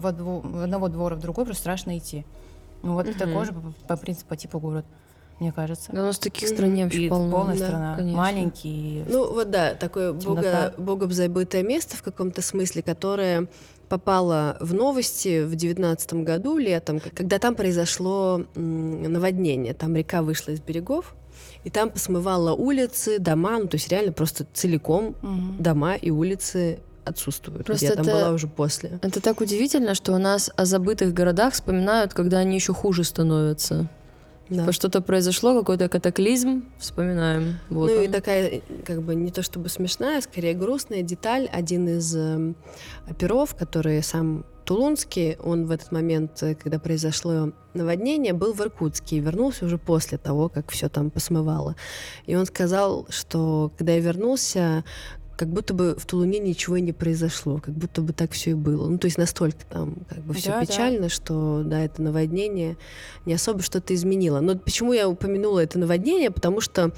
одного двора в другой просто страшно идти. Ну вот mm-hmm. такой же по, по принципу, по типу город, мне кажется. Да у нас таких mm-hmm. стране вообще и полно. полная да, страна, конечно. маленький. Ну вот да, такое бого, богом забытое место в каком-то смысле, которое попало в новости в девятнадцатом году летом, когда там произошло м, наводнение, там река вышла из берегов, и там посмывало улицы, дома, ну то есть реально просто целиком mm-hmm. дома и улицы отсутствуют. Просто я там это, была уже после. Это так удивительно, что у нас о забытых городах вспоминают, когда они еще хуже становятся. Да. Что-то произошло, какой-то катаклизм, вспоминаем. Вот ну он. И такая, как бы, не то чтобы смешная, скорее грустная деталь. Один из э, оперов, который сам Тулунский, он в этот момент, когда произошло наводнение, был в Иркутске и вернулся уже после того, как все там посмывало. И он сказал, что когда я вернулся, как будто бы в Тулуне ничего и не произошло, как будто бы так все и было. Ну, то есть настолько там как бы все да, печально, да. что да, это наводнение не особо что-то изменило. Но почему я упомянула это наводнение? Потому что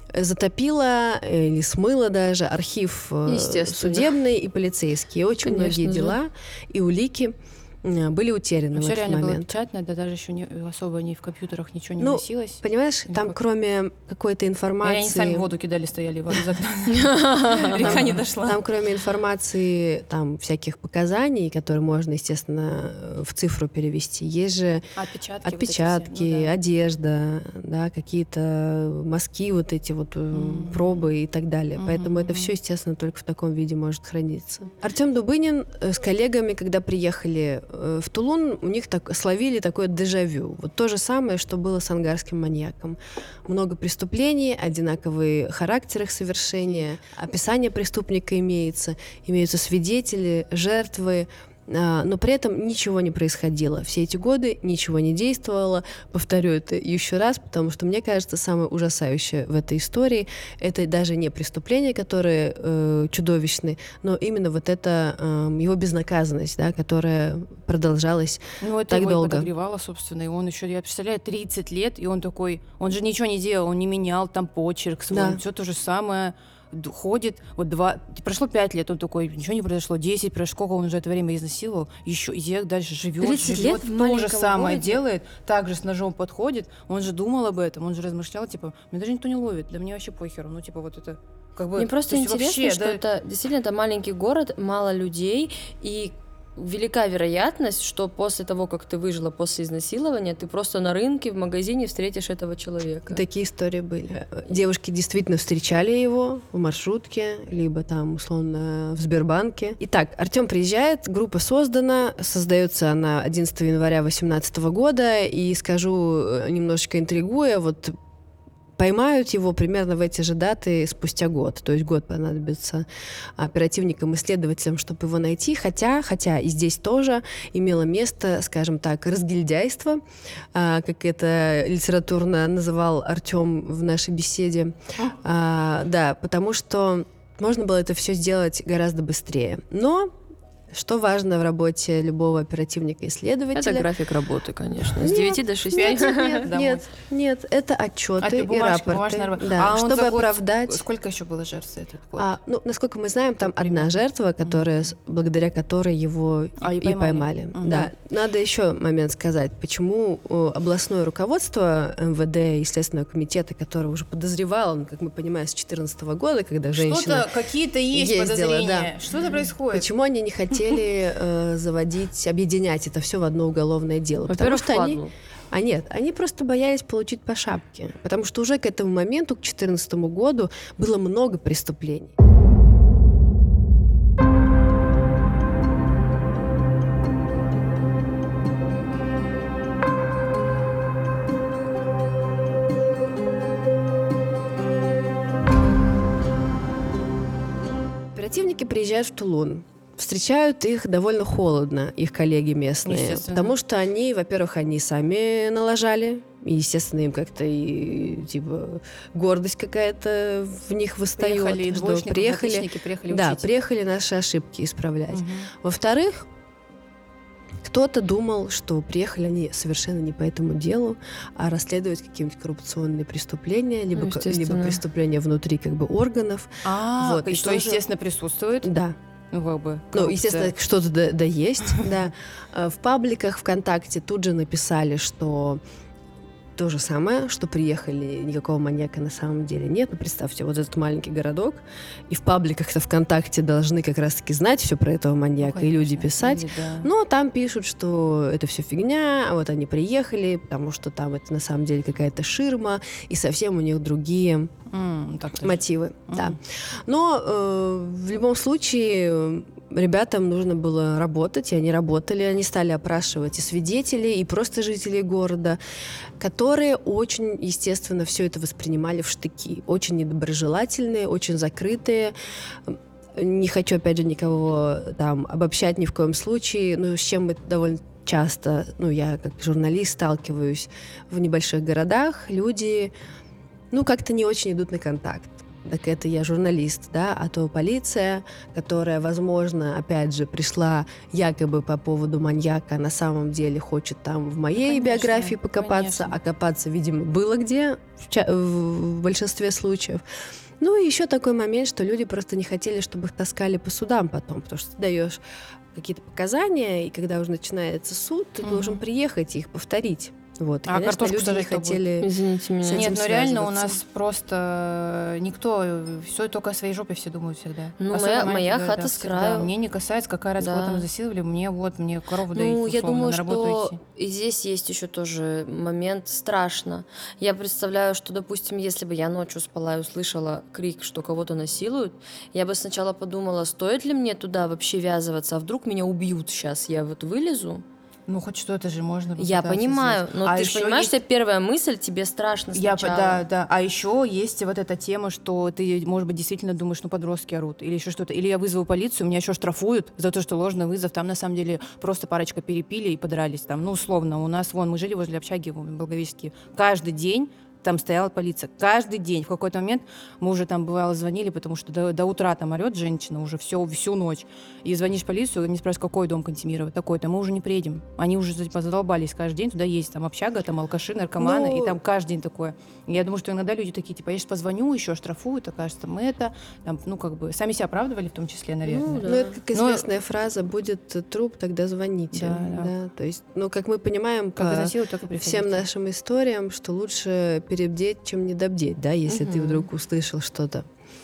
затопило или смыло даже архив судебный и полицейский. И очень Конечно многие же. дела и улики были утеряны в Все этот реально было момент. печатно, да, даже еще не, особо ни в компьютерах ничего не Ну, носилось. Понимаешь, Ну, там как? кроме какой-то информации... Они сами в воду кидали, стояли из окна. Река не дошла. Там кроме информации, там всяких показаний, которые можно, естественно, в цифру перевести, есть же Отпечатки. отпечатки, одежда, да, какие-то мазки, вот эти вот mm. пробы и так далее. Mm-hmm. Поэтому это все, естественно, только в таком виде может храниться. Артем Дубынин с коллегами, когда приехали в Тулун, у них так словили такое дежавю. Вот то же самое, что было с ангарским маньяком. Много преступлений, одинаковые характеры их совершения, описание преступника имеется, имеются свидетели, жертвы, но при этом ничего не происходило. Все эти годы ничего не действовало. Повторю это еще раз, потому что мне кажется, самое ужасающее в этой истории — это даже не преступления, которые э, чудовищны, но именно вот эта э, его безнаказанность, да, которая продолжалась ну, это так его долго. подогревало, собственно, и он еще, я представляю, тридцать лет, и он такой, он же ничего не делал, он не менял там почерк свой, да. все то же самое. Ходит, вот два, прошло пять лет, он такой, ничего не произошло, десять, прошло, сколько он уже это время изнасиловал, еще и дальше живет, тридцать живет, лет то же самое городе. делает, также с ножом подходит, он же думал об этом, он же размышлял, типа, меня даже никто не ловит, да мне вообще похеру, ну, типа, вот это, как бы... Мне просто интересно, вообще, что да... это действительно это маленький город, мало людей, и велика вероятность, что после того, как ты выжила после изнасилования, ты просто на рынке, в магазине встретишь этого человека. Такие истории были. Девушки действительно встречали его в маршрутке, либо там, условно, в Сбербанке. Итак, Артем приезжает, группа создана, создается она одиннадцатого января две тысячи восемнадцатого года, и скажу, немножечко интригуя, вот поймают его примерно в эти же даты спустя год. То есть год понадобится оперативникам, исследователям, чтобы его найти. Хотя, хотя и здесь тоже имело место, скажем так, разгильдяйство, как это литературно называл Артем в нашей беседе. А, да, потому что можно было это все сделать гораздо быстрее. Но что важно в работе любого оперативника-исследователя? Это график работы, конечно. С Нет, девяти до шести. Нет, нет, нет, нет, это отчеты и бумажка, рапорты. бумажная... Да, а чтобы за год... оправдать. Сколько еще было жертв за этот год? А, ну, насколько мы знаем, там Примерно. одна жертва, которая, mm-hmm. благодаря которой его а, и, и поймали. поймали. Mm-hmm. Да. Надо еще момент сказать, почему областное руководство эм вэ дэ и Следственного комитета, которое уже подозревало, ну, как мы понимаем, с две тысячи четырнадцатого года, когда женщина Что-то, какие-то есть ездила, подозрения. Да. Что-то происходит? Почему они не хотели э, заводить, объединять это все в одно уголовное дело? Потому что они... А нет, они просто боялись получить по шапке, потому что уже к этому моменту, к две тысячи четырнадцатому году, было много преступлений. Оперативники приезжают в Тулун. Встречают их довольно холодно, их коллеги местные, потому что они, во-первых, они сами налажали, и, естественно, им как-то и типа гордость какая-то в них восстает. Приехали что двоечники, приехали, приехали да, учить. приехали наши ошибки исправлять. Угу. Во-вторых, кто-то думал, что приехали они совершенно не по этому делу, а расследовать какие-нибудь коррупционные преступления, либо, ну, либо преступления внутри как бы органов. А, вот, и что, тоже... естественно, присутствует? Да. Ну, как бы, ну, естественно, что-то да, да есть, да. В пабликах ВКонтакте тут же написали, что то же самое, что приехали, никакого маньяка на самом деле нет. Ну, представьте, вот этот маленький городок, и в пабликах-то ВКонтакте должны как раз-таки знать все про этого маньяка, ну, и люди писать. Или, да. Но там пишут, что это все фигня, а вот они приехали, потому что там это на самом деле какая-то ширма, и совсем у них другие mm, так мотивы. Mm. Да. Но э, в любом случае ребятам нужно было работать, и они работали, они стали опрашивать и свидетелей, и просто жителей города, которые очень, естественно, все это воспринимали в штыки. Очень недоброжелательные, очень закрытые. Не хочу, опять же, никого там обобщать ни в коем случае, но с чем мы довольно часто, ну, я как журналист сталкиваюсь в небольших городах, люди, ну, как-то не очень идут на контакт. Так это я журналист, да, а то полиция, которая, возможно, опять же, пришла якобы по поводу маньяка, на самом деле хочет там в моей ну, конечно, биографии покопаться, конечно. А копаться, видимо, было где в, ча- в большинстве случаев. Ну и еще такой момент, что люди просто не хотели, чтобы их таскали по судам потом, потому что ты даешь какие-то показания, и когда уже начинается суд, ты Мгм. должен приехать и их повторить. Вот. И, А конечно, картошку люди не сажать кто будет? хотели... Извините меня. с этим Нет, ну реально у связываться. нас просто никто, все только о своей жопе все думают всегда. Ну, Особенно моя- маленькие моя города хата с всегда. краю. Мне не касается, какая разница, кого Да. там засиловали, мне вот, мне корову доить, Ну, я условно, думаю, на работу что идти. и здесь есть еще тоже момент страшно. Я представляю, что, допустим, если бы я ночью спала и услышала крик, что кого-то насилуют, я бы сначала подумала, стоит ли мне туда вообще ввязываться, а вдруг меня убьют сейчас, я вот вылезу. Ну, хоть что-то же можно Я попытаться понимаю, сделать. но А ты же ещё понимаешь, есть- что первая мысль, тебе страшно Я, по- сначала. да, да. А еще есть вот эта тема, что ты, может быть, действительно думаешь, ну, подростки орут, или еще что-то. Или я вызову полицию, меня еще штрафуют за то, что ложный вызов. Там, на самом деле, просто парочка перепили и подрались. Там, ну, условно, у нас, вон, мы жили возле общаги в Благовещенске. Каждый день там стояла полиция. Каждый день. В какой-то момент мы уже там, бывало, звонили, потому что до, до утра там орет женщина уже все, всю ночь. И звонишь в полицию, они спрашивают, какой дом контимировать. Такой-то. Мы уже не приедем. Они уже типа, задолбались каждый день. Туда есть там общага, там алкаши, наркоманы. Ну, И там каждый день такое. И я думаю, что иногда люди такие, типа, я сейчас позвоню, еще штрафуют, окажется, мы это. Там, ну, как бы, сами себя оправдывали в том числе, наверное. Ну, да. Ну, это как Но- известная фраза, будет труп, тогда звоните. Да, да. Да, то есть, ну, как мы понимаем Как по изнасилуют, так и приходите. всем нашим историям, что лучше перебдеть, чем недобдеть, да, если ты Мгм. вдруг услышал что-то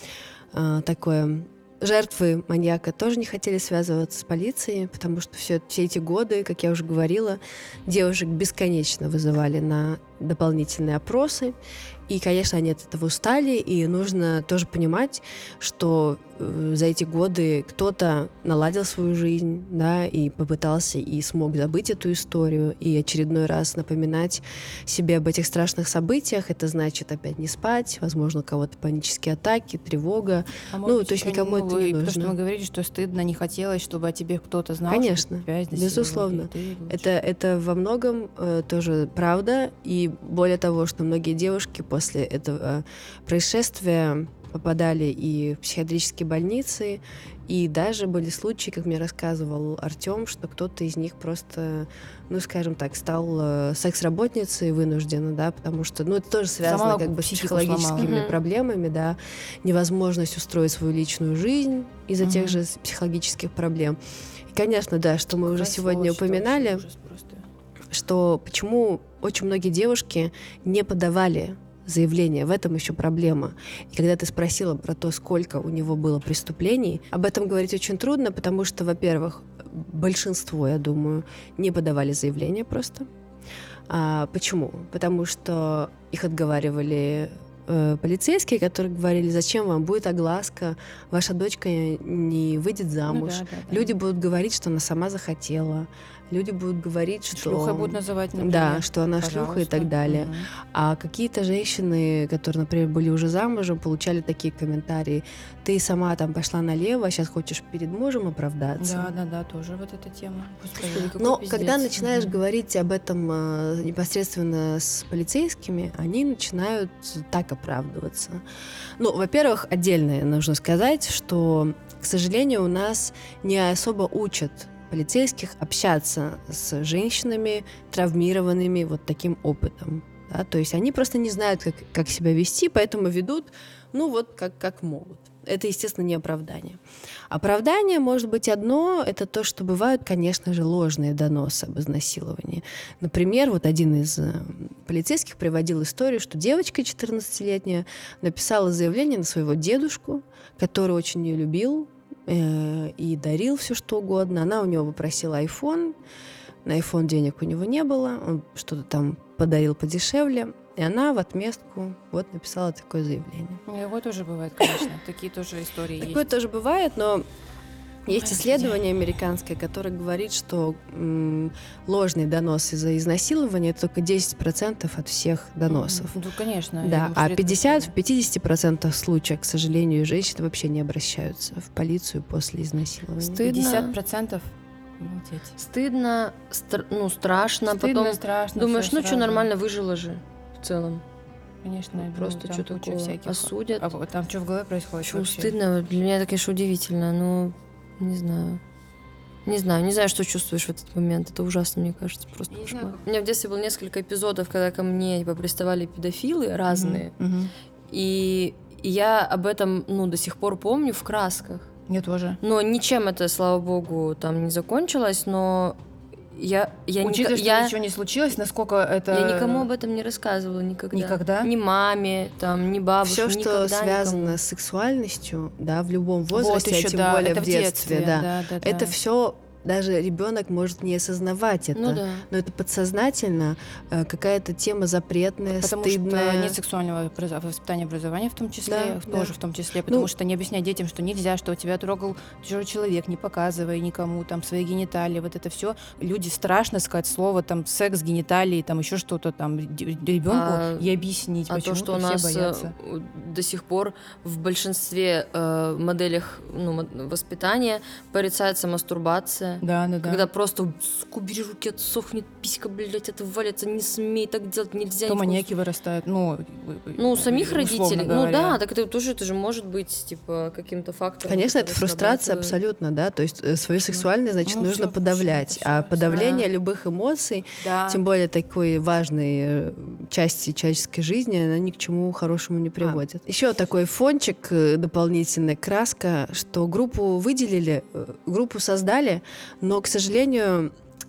а, такое. Жертвы маньяка тоже не хотели связываться с полицией, потому что все, все эти годы, как я уже говорила, девушек бесконечно вызывали на дополнительные опросы. И, конечно, они от этого устали, и нужно тоже понимать, что э, за эти годы кто-то наладил свою жизнь, да, и попытался и смог забыть эту историю, и очередной раз напоминать себе об этих страшных событиях. Это значит опять не спать, возможно, у кого-то панические атаки, тревога. А Ну, может быть, то есть ещё никому это не Потому что нужно. мы говорили, что стыдно, не хотелось, чтобы о тебе кто-то знал. Конечно, что тебя изнасиловали, безусловно. и ты лучше. Это, это во многом э, тоже правда, и более того, что многие девушки после этого происшествия попадали и в психиатрические больницы, и даже были случаи, как мне рассказывал Артём, что кто-то из них просто, ну, скажем так, стал э, секс-работницей вынужденно, да, потому что, ну, это тоже связано Сломала как бы с психику, психологическими сломала. Мгм. проблемами, да, невозможность устроить свою личную жизнь из-за Мгм. тех же психологических проблем. И, конечно, да, что мы уже Какая сегодня сволочь, это вообще упоминали, ужас просто. что почему очень многие девушки не подавали заявление, в этом еще проблема. И когда ты спросила про то, сколько у него было преступлений, об этом говорить очень трудно, потому что, во-первых, большинство, я думаю, не подавали заявление просто. А почему? Потому что их отговаривали э, полицейские, которые говорили, зачем вам будет огласка, ваша дочка не выйдет замуж. Ну да, да, да. Люди будут говорить, что она сама захотела. Люди будут говорить, что... Шлюхой будут называть, например. Да, что она шлюха и Пожалуйста. так далее. Мгм. А какие-то женщины, которые, например, были уже замужем, получали такие комментарии. Ты сама там пошла налево, а сейчас хочешь перед мужем оправдаться. Да, да, да, тоже вот эта тема. Господи. Господи, какой Но пиздец. когда начинаешь Мгм. говорить об этом э, непосредственно с полицейскими, они начинают так оправдываться. Ну, во-первых, отдельно нужно сказать, что, к сожалению, у нас не особо учат полицейских общаться с женщинами, травмированными вот таким опытом. Да? То есть они просто не знают, как, как себя вести, поэтому ведут, ну вот, как, как могут. Это, естественно, не оправдание. Оправдание может быть одно, это то, что бывают, конечно же, ложные доносы об изнасиловании. Например, вот один из э, полицейских приводил историю, что девочка четырнадцатилетняя написала заявление на своего дедушку, который очень ее любил, и дарил все что угодно. Она у него попросила айфон. На айфон денег у него не было. Он что-то там подарил подешевле. И она в отместку вот написала такое заявление. Ну, его тоже бывает, конечно. Такие тоже истории Такое есть. тоже бывает, но есть Ой, исследование американское, которое говорит, что м, ложный донос из-за изнасилования — это только десять процентов от всех доносов. Ну, конечно. я Да, думаю, что а редко пятьдесят в всегда. пятидесяти процентах случаев, к сожалению, женщины вообще не обращаются в полицию после изнасилования. Стыдно. пятьдесят процентов. Обалдеть. Стыдно, стр- ну, страшно, Стыдно, потом страшно. думаешь, всё ну что, сразу. нормально, выжила же в целом. Конечно. я Просто думаю, что там куча такого всяких. осудят. А вот там что в голове происходит Почему вообще? стыдно? Для меня это, конечно, удивительно, но не знаю. Не знаю, не знаю, что чувствуешь в этот момент. Это ужасно, мне кажется, просто Я не кошмар. знаю, У меня в детстве было несколько эпизодов, когда ко мне типа, приставали педофилы разные. Мгм, мгм. И, и я об этом, ну, до сих пор помню в красках. Мне тоже. Но ничем это, слава богу, там не закончилось, но я... я Учитывая, ника- что я... ничего не случилось, насколько это... Я никому об этом не рассказывала никогда. Никогда? Ни маме, там, ни бабушке, Все, что никогда связано никому. с сексуальностью, да, в любом возрасте, вот еще, а тем да, более это в детстве, да, да, да, да. это все даже ребенок может не осознавать это, Ну да. но это подсознательно э, какая-то тема запретная, Потому стыдная. что нет сексуального образа- воспитания, образования в том числе, Да, тоже да. в том числе, потому Ну, что не объяснять детям, что нельзя, что тебя трогал чужой человек, не показывай никому там свои гениталии, вот это все. Люди страшно сказать слово там секс, гениталии, там еще что-то там ребенку А- и объяснить, А то, почему что у все нас боятся. э, до сих пор в большинстве э, моделях ну, мо- воспитания порицается мастурбация. Да, да, да. Когда просто, сука, убери руки, отсохнет, писька, блядь, это валится, не смей так делать, нельзя. То ни в коем маньяки вырастают, ну, Ну, у самих условно родителей. Ну говоря. да, так это тоже это же может быть, типа, каким-то фактором. Конечно, это который фрустрация срабатывает. абсолютно, да, то есть э, свою сексуальность, значит, Ну, нужно всё, подавлять, всё, а всё, подавление да. любых эмоций, Да. тем более такой важной э, части человеческой жизни, она ни к чему хорошему не приводит. Еще такой фончик, э, дополнительная краска, что группу выделили, э, группу создали, но, к сожалению,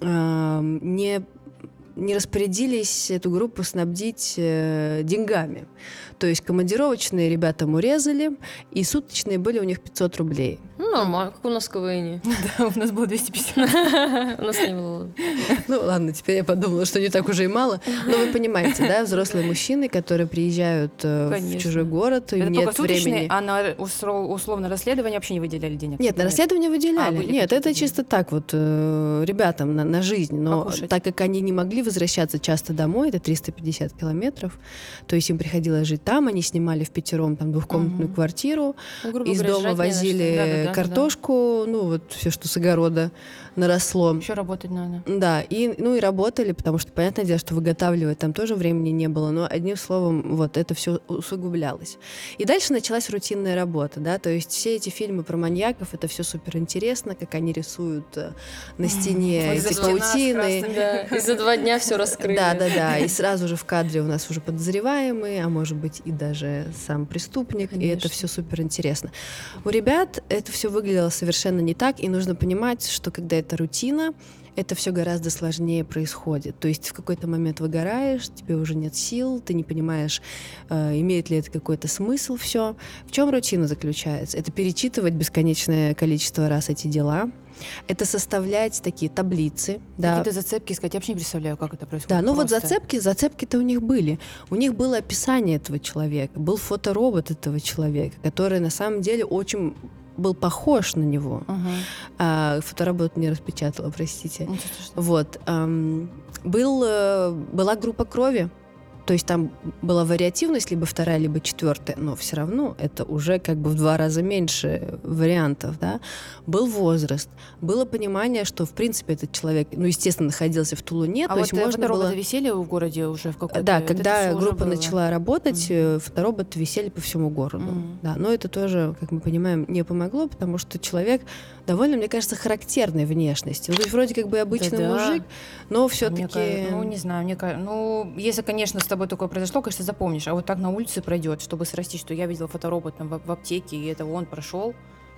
э, не не распорядились эту группу снабдить э, деньгами. То есть командировочные ребятам урезали, и суточные были у них пятьсот рублей. Ну, нормально, как у нас в КВН. Да, у нас было двести пятьдесят. У нас не было. Ну ладно, теперь я подумала, что не так уже и мало. Но вы понимаете, да, взрослые мужчины, которые приезжают э, в Конечно. чужой город, им Это нет только суточные, времени. а на усро- условно расследование вообще не выделяли денег? Нет, на расследование выделяли. А, были Нет, какие-то это деньги. чисто так вот э, ребятам на, на жизнь. Но Покушать. так как они не могли возвращаться часто домой, это триста пятьдесят километров, то есть им приходилось жить там, они снимали в пятером там двухкомнатную Мгм. квартиру, Ну, грубо из говоря, дома жрать не на что. возили Да-да-да-да-да. картошку, ну вот все, что с огорода наросло. Еще работать надо. Да, и, ну и работали, потому что, понятное дело, что выготавливать там тоже времени не было, но одним словом, вот это все усугублялось. И дальше началась рутинная работа, да, то есть все эти фильмы про маньяков, это все супер интересно, как они рисуют э, на стене Вот за эти стена с паутины. красными. Да, и за два дня все раскрыли. Да, да, да. И сразу же в кадре у нас уже подозреваемый, а может быть и даже сам преступник, и это Конечно. все супер интересно. У ребят это все выглядело совершенно не так, и нужно понимать, что когда это рутина, это все гораздо сложнее происходит. То есть в какой-то момент выгораешь, тебе уже нет сил, ты не понимаешь, э, имеет ли это какой-то смысл все. В чем рутина заключается? Это перечитывать бесконечное количество раз эти дела. Это составлять такие таблицы. Да. Какие-то зацепки искать. Я вообще не представляю, как это происходит. Да, ну вот просто. зацепки, зацепки-то у них были. У них было описание этого человека, был фоторобот этого человека, который на самом деле очень был похож на него. Ага. А, фоторобот не распечатала, простите. Ничего страшного. Вот. ам, был, э, была группа крови, то есть там была вариативность, либо вторая, либо четвертая, но все равно это уже как бы в два раза меньше вариантов, да. Был возраст, было понимание, что в принципе этот человек, ну, естественно, находился в Тулуне, А то вот есть э, можно фотороботы было... висели в городе уже в какой-то... Да, вот это когда всё уже группа было. начала работать, Мгм. э, фотороботы висели по всему городу. Мгм. Да, но это тоже, как мы понимаем, не помогло, потому что человек довольно, мне кажется, характерной внешности. Ну, то есть вроде как бы обычный Да-да. мужик, но Мне все-таки... кажется, ну, не знаю, мне кажется, ну, если, конечно, с тобой такое произошло, конечно, запомнишь, а вот так на улице пройдет, чтобы срастить, что я видела фоторобот там в, в аптеке, и это он прошел.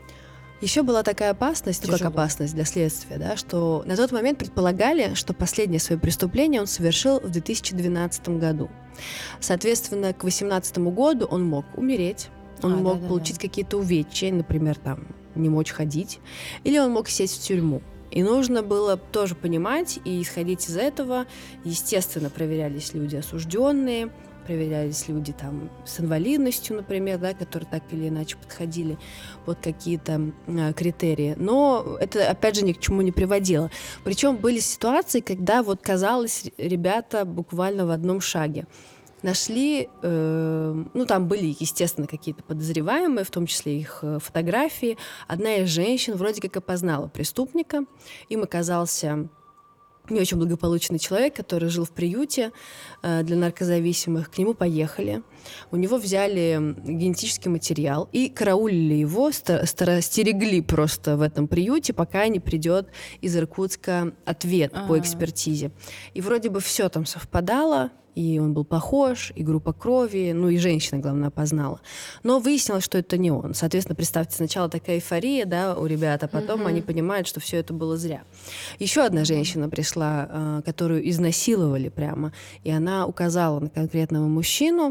Еще была такая опасность, ну как Тяжело. опасность для следствия, да, что на тот момент предполагали, что последнее свое преступление он совершил в две тысячи двенадцатом году. Соответственно, к две тысячи восемнадцатому году он мог умереть, он А, мог да-да-да. получить какие-то увечья, например, там, не мочь ходить, или он мог сесть в тюрьму. И нужно было тоже понимать и исходить из этого. Естественно, проверялись люди осужденные, проверялись люди там с инвалидностью, например, да, которые так или иначе подходили под какие-то э, критерии. Но это, опять же, ни к чему не приводило. Причем были ситуации, когда вот казалось, ребята буквально в одном шаге. Нашли, э, ну там были, естественно, какие-то подозреваемые, в том числе их э, фотографии. Одна из женщин вроде как опознала преступника. Им оказался не очень благополучный человек, который жил в приюте э, для наркозависимых. К нему поехали. У него взяли генетический материал и караулили его, ста- стара- стерегли просто в этом приюте, пока не придет из Иркутска ответ по Ага. экспертизе. И вроде бы все там совпадало. и он был похож, и группа крови, ну и женщина, главное, опознала. Но выяснилось, что это не он. Соответственно, представьте, сначала такая эйфория, да, у ребят, а потом mm-hmm. они понимают, что все это было зря. Еще одна женщина пришла, которую изнасиловали прямо, и она указала на конкретного мужчину.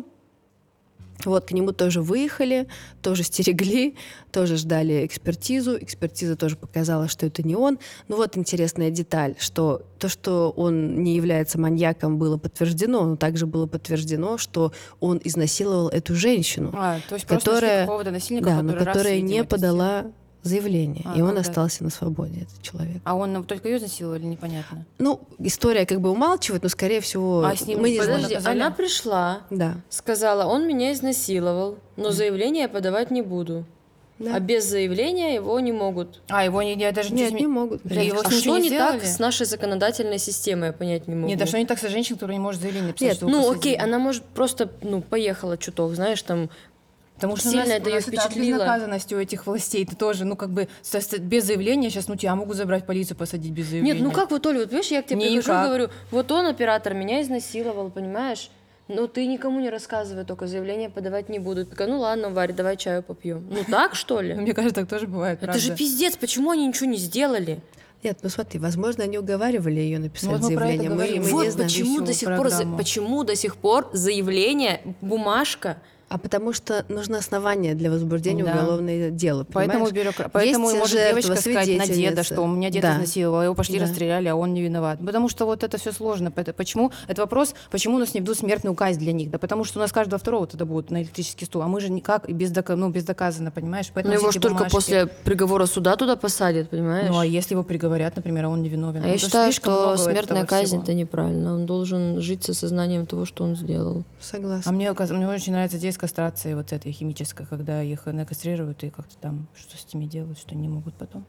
Вот, к нему тоже выехали, тоже стерегли, тоже ждали экспертизу. Экспертиза тоже показала, что это не он. Ну вот интересная деталь, что то, что он не является маньяком, было подтверждено, но также было подтверждено, что он изнасиловал эту женщину, а, то есть которая, какого-то насильника, да, но которая не подала заявление, а, и он ну, остался да. на свободе, этот человек. А он только ее изнасиловал или непонятно? Ну, история как бы умалчивает, но, скорее всего... А с ним мы не Подожди, знаем. она пришла, да. сказала, он меня изнасиловал, но заявление я подавать не буду. Да. А без заявления его не могут. А, его не, я даже Нет, не, не могут. Его а что не так с нашей законодательной системой, я понять не могу. Нет, а что не так с женщиной, которая не может заявление написать? Нет, что ну окей, она может просто ну, поехала чуток, знаешь, там... Потому что сильно у нас, это у ее нас впечатлило. Это безнаказанность у этих властей. Ты тоже, ну, как бы, без заявления сейчас, ну, тебя могут забрать полицию, посадить без заявления. Нет, ну как вот, Оля, вот, понимаешь, я к тебе Никак. прихожу и говорю, вот он, оператор, меня изнасиловал, понимаешь? Но ты никому не рассказывай, только заявление подавать не буду. Такая, ну ладно, Варя, давай чаю попьем. Ну так, что ли? Мне кажется, так тоже бывает, Это же пиздец, почему они ничего не сделали? Нет, ну смотри, возможно, они уговаривали ее написать вот заявление. Мы, мы вот не знаем. почему до сих пор, почему до сих пор заявление, бумажка. А потому что нужно основание для возбуждения да. уголовного дела. Поэтому, бюрокра... Поэтому может девочка сказать на деда, что у меня дед да. изнасиловал, его пошли да. расстреляли, а он не виноват. Потому что вот это все сложно. Почему? Это вопрос, почему у нас не ведут смертную казнь для них? Да потому что у нас каждого второго тогда будут на электрический стул, а мы же никак, без док... ну, бездоказанно, понимаешь? Поэтому ну его же только после приговора суда туда посадят, понимаешь? Ну а если его приговорят, например, а он не виновен? А я считаю, что смертная казнь это неправильно. Он должен жить со сознанием того, что он сделал. Согласна. А мне, мне очень нравится идея с кастрацией вот этой химической, когда их накастрируют и как-то там что с ними делают, что не могут потом.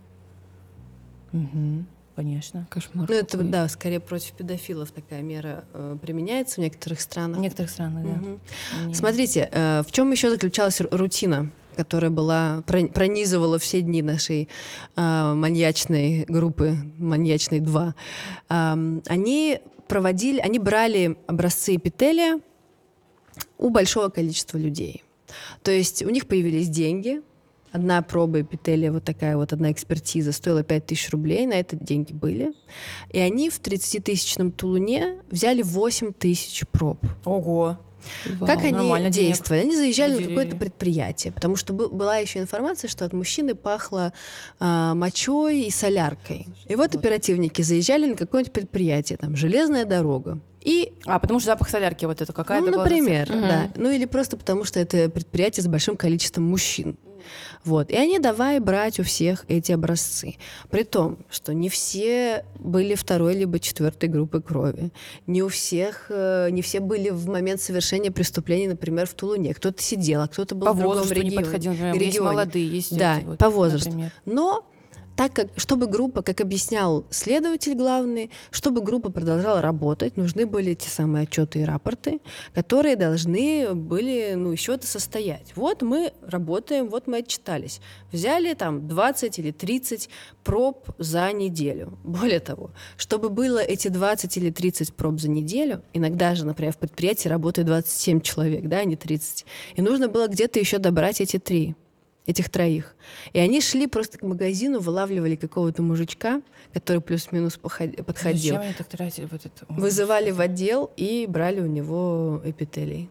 Угу, конечно. Кошмар. Ну это, да, скорее против педофилов такая мера э, применяется в некоторых странах. В некоторых странах, да. Угу. Смотрите, э, в чем еще заключалась рутина, которая была, пронизывала все дни нашей э, маньячной группы, маньячной два. Э, они проводили, они брали образцы эпителия у большого количества людей. То есть у них появились деньги. Одна проба эпителия, вот такая вот одна экспертиза, стоила пять тысяч рублей, на это деньги были. И они в тридцатитысячном Тулуне взяли восемь тысяч проб. Ого! Вау, как они действовали? Они заезжали Выделили. на какое-то предприятие, потому что был, была еще информация, что от мужчины пахло а, мочой и соляркой. И вот оперативники заезжали на какое-нибудь предприятие, там, железная дорога. И... А, потому что запах солярки вот это какая-то Ну, например, была... да. Угу. Ну, или просто потому, что это предприятие с большим количеством мужчин. Вот. И они давай брать у всех эти образцы. При том, что не все были второй либо четвертой группы крови. Не у всех, не все были в момент совершения преступления, например, в Тулуне. Кто-то сидел, а кто-то был по в другом возрасту регионе. Не подходил, например, есть молодые, есть да, эти вот, по возрасту. Например. Но так как, чтобы группа, как объяснял следователь главный, чтобы группа продолжала работать, нужны были те самые отчеты и рапорты, которые должны были, ну, из чего-то состоять. Вот мы работаем, вот мы отчитались. Взяли там двадцать или тридцать проб за неделю. Более того, чтобы было эти двадцать или тридцать проб за неделю, иногда же, например, в предприятии работает двадцать семь человек, да, а не тридцать, и нужно было где-то еще добрать эти три. этих троих. И они шли просто к магазину, вылавливали какого-то мужичка, который плюс-минус подходил. Зачем они так тратили вот это? Вызывали в отдел и брали у него эпителий.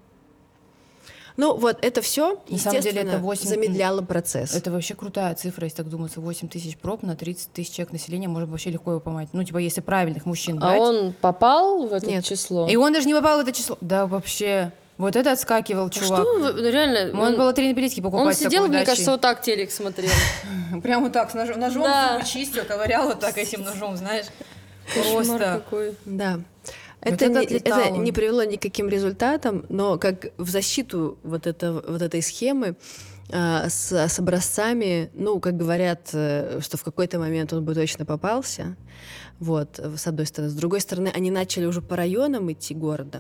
Ну вот это все, естественно, деле, это восемь... замедляло процесс. Это вообще крутая цифра, если так думаться. восемь тысяч проб на тридцать тысяч человек населения, можно вообще легко его поймать. Ну, типа, если правильных мужчин брать. А он попал в это Нет. число? И он даже не попал в это число. Да, вообще. Вот это отскакивал чувак. Что? Реально? Можно было три напитки покупать. Он сидел, мне кажется, вот так телек смотрел. Прямо вот так, с ножом, ножом зубы чистил, ковырял вот так этим ножом, знаешь. Просто. Да. Это, это, не, это не привело ни к каким результатам, но как в защиту вот, это, вот этой схемы э, с, с образцами, ну, как говорят, э, что в какой-то момент он бы точно попался, вот, с одной стороны. С другой стороны, они начали уже по районам идти города,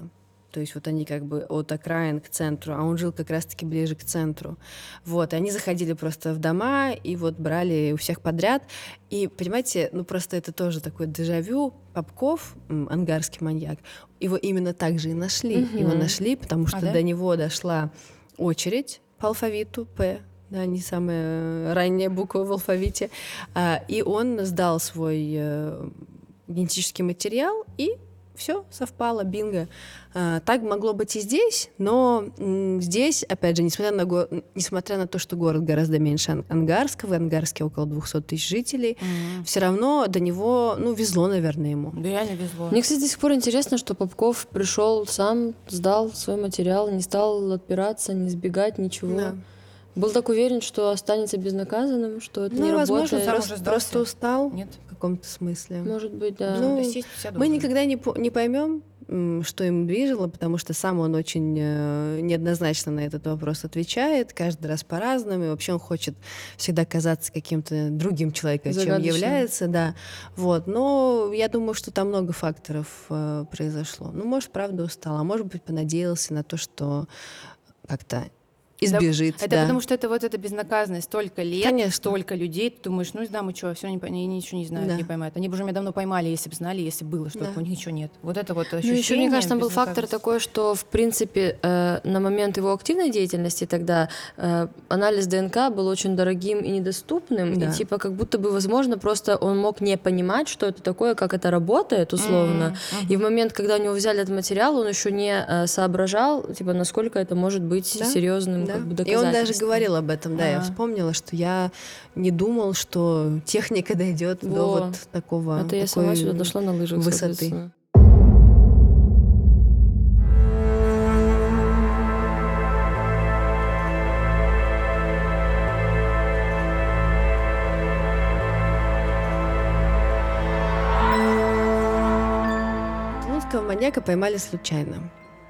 То есть вот они как бы от окраин к центру, а он жил как раз-таки ближе к центру. Вот, и они заходили просто в дома и вот брали у всех подряд. И, понимаете, ну просто это тоже такой дежавю. Попков, м, ангарский маньяк, его именно так же и нашли. Мгм. Его нашли, потому что А, да? до него дошла очередь по алфавиту П, да, не самая ранняя буква в алфавите. А, и он сдал свой э, генетический материал, и все совпало, бинго. А, так могло быть и здесь, но м, здесь, опять же, несмотря на, го- несмотря на то, что город гораздо меньше Ан- Ангарского, Ангарске около двести тысяч жителей, Мгм. все равно до него, ну, везло, наверное, ему. Да реально везло. Мне, кстати, до сих пор интересно, что Попков пришел сам, сдал свой материал, не стал отпираться, не сбегать, ничего. Да. Был так уверен, что останется безнаказанным, что это Ну, не возможно, работает. сам просто, уже просто сдался. устал Нет? в каком-то смысле. Может быть, да. Ну, Да сесть вся Мы должен. никогда не, по- не поймем, м, что им движило, потому что сам он очень э, неоднозначно на этот вопрос отвечает, каждый раз по-разному, и вообще он хочет всегда казаться каким-то другим человеком, чем Загадочным. является, да. Вот. Но я думаю, что там много факторов э, произошло. Ну, может, правда устал, а может быть, понадеялся на то, что как-то избежит. Это да. потому что это вот эта безнаказанность. Столько лет, Конечно. столько людей. Ты думаешь, ну да, мы что, все, не, по- они ничего не знают, Да. не поймают. Они бы уже меня давно поймали, если бы знали, если бы было что-то. Да. У них ничего нет. Вот это вот Ну, ощущение. еще, мне кажется, там был фактор безнаказанности. такой, что, в принципе, э, на момент его активной деятельности тогда э, анализ ДНК был очень дорогим и недоступным, Да. и типа как будто бы, возможно, просто он мог не понимать, что это такое, как это работает, условно. Мгм, И в момент, когда у него взяли этот материал, он еще не э, соображал, типа, насколько это может быть Да, серьезным Да. как бы, И он даже доказательством. говорил об этом, да, я Ага. вспомнила, что я не думал, что техника дойдет до Во. вот такого. Это я сама такой сюда дошла на лыжах, высоты. соответственно. Тулунского маньяка поймали случайно.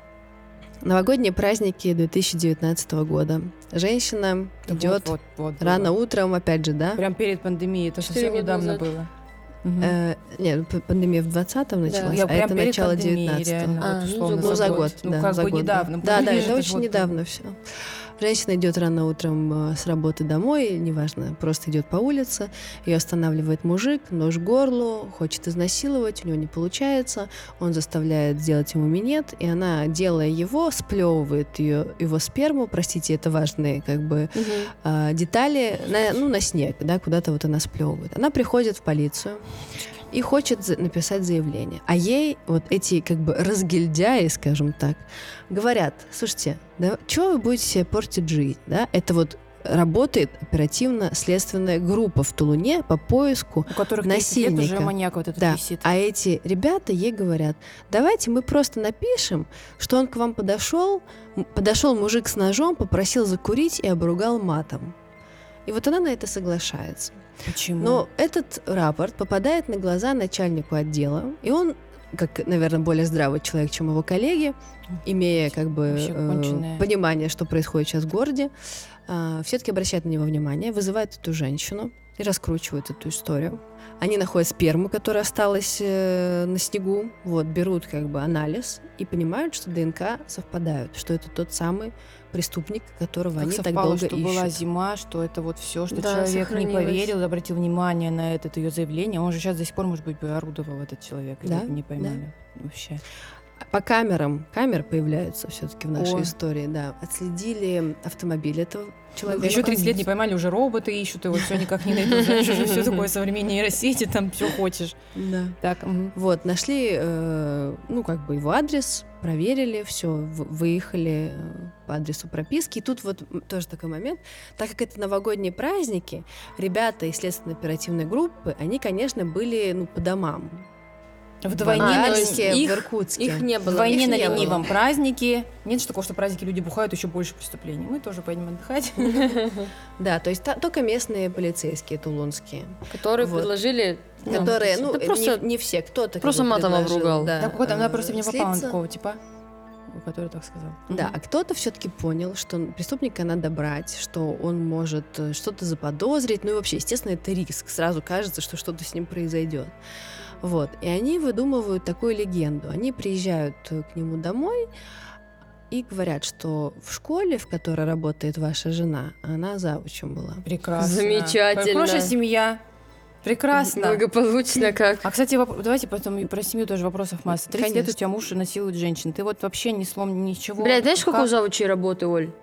Новогодние праздники две тысячи девятнадцатого года. Женщина Вот, идет вот, вот, рано было. утром, опять же, да? Прям перед пандемией. Это Четыре совсем года недавно назад. было. Мгм. Э, нет, п- пандемия в двадцатом началась, Я а прям это перед начало пандемией, девятнадцатого. реально, А, вот, ну, условно, Ну, за год, Ну, да, как за бы год, недавно. Да, да, Ближе это к очень вот- недавно все. Женщина идет рано утром э, с работы домой, неважно, просто идет по улице, ее останавливает мужик, нож к горлу, хочет изнасиловать, у него не получается, он заставляет сделать ему минет, и она, делая его, сплевывает ее, его сперму, простите, это важные как бы Мгм. а, детали, на, ну, на снег, да, куда-то вот она сплевывает. Она приходит в полицию и хочет за- написать заявление. А ей вот эти как бы разгильдяи, скажем так, говорят: слушайте, да, чего вы будете себе портить жизнь, да? Это вот работает оперативно-следственная группа в Тулуне по поиску. У которых тридцать лет уже насильника. маньяк вот этот Да. висит. А эти ребята ей говорят: давайте мы просто напишем, что он к вам подошел, м, подошел мужик с ножом, попросил закурить и обругал матом. И вот она на это соглашается. Почему? Но этот рапорт попадает на глаза начальнику отдела, и он, как, наверное, более здравый человек, чем его коллеги, имея как бы Вообще э, конченая. понимание, что происходит сейчас в городе, все-таки обращает на него внимание, вызывает эту женщину и раскручивает эту историю. Они находят сперму, которая осталась э, на снегу, вот, берут как бы анализ и понимают, что ДНК совпадают, что это тот самый преступник, которого Как они так совпало, долго что ищут. была зима, что это вот все, что Да, человек не сохранилось. поверил, обратил внимание на это ее заявление. Он же сейчас до сих пор, может быть, бы орудовал этот человек, его Да, бы не поймали. Вообще. По камерам, камеры появляются все-таки в нашей О. истории, да. Отследили автомобиль этого человека. Еще тридцать лет не поймали, уже роботы ищут, его все никак не найдут. Знаешь, уже все такое современные нейросети, там все хочешь. Да. Так, мгм. Вот, нашли, э, ну, как бы его адрес, проверили, все, выехали э, по адресу прописки. И тут вот м, тоже такой момент. Так как это новогодние праздники, ребята из следственно-оперативной группы, они, конечно, были, ну, по домам. Вдвойне в А, на то лени- есть Ангарске, их- в Иркутске. Их не было. Вдвойне их на не было. ленивом празднике. Нет же такого, что праздники люди бухают, еще больше преступлений. Мы тоже поедем отдыхать. Да, то есть та- только местные полицейские тулунские, Которые Вот. предложили... ну, которые, ну, да не- просто не, все, кто-то просто как бы матом предложил, обругал. да, Да, какой-то, она э, просто не попала на слиться. такого типа, который так сказал. Да, Мгм. а кто-то все-таки понял, что преступника надо брать, что он может э, что-то заподозрить. Ну и вообще, естественно, это риск. Сразу кажется, что что-то с ним произойдет. Вот. И они выдумывают такую легенду. Они приезжают к нему домой и говорят, что в школе, в которой работает ваша жена, она завучем была. Прекрасно. Замечательно. Хорошая семья. Прекрасно. Благополучно как. А, кстати, воп- давайте потом и про семью тоже вопросов масса. тридцать лет у Конечно. тебя муж насилует женщин. Ты вот вообще ни слом, ничего. Блядь, знаешь, сколько Как? у завучей работы, Оль?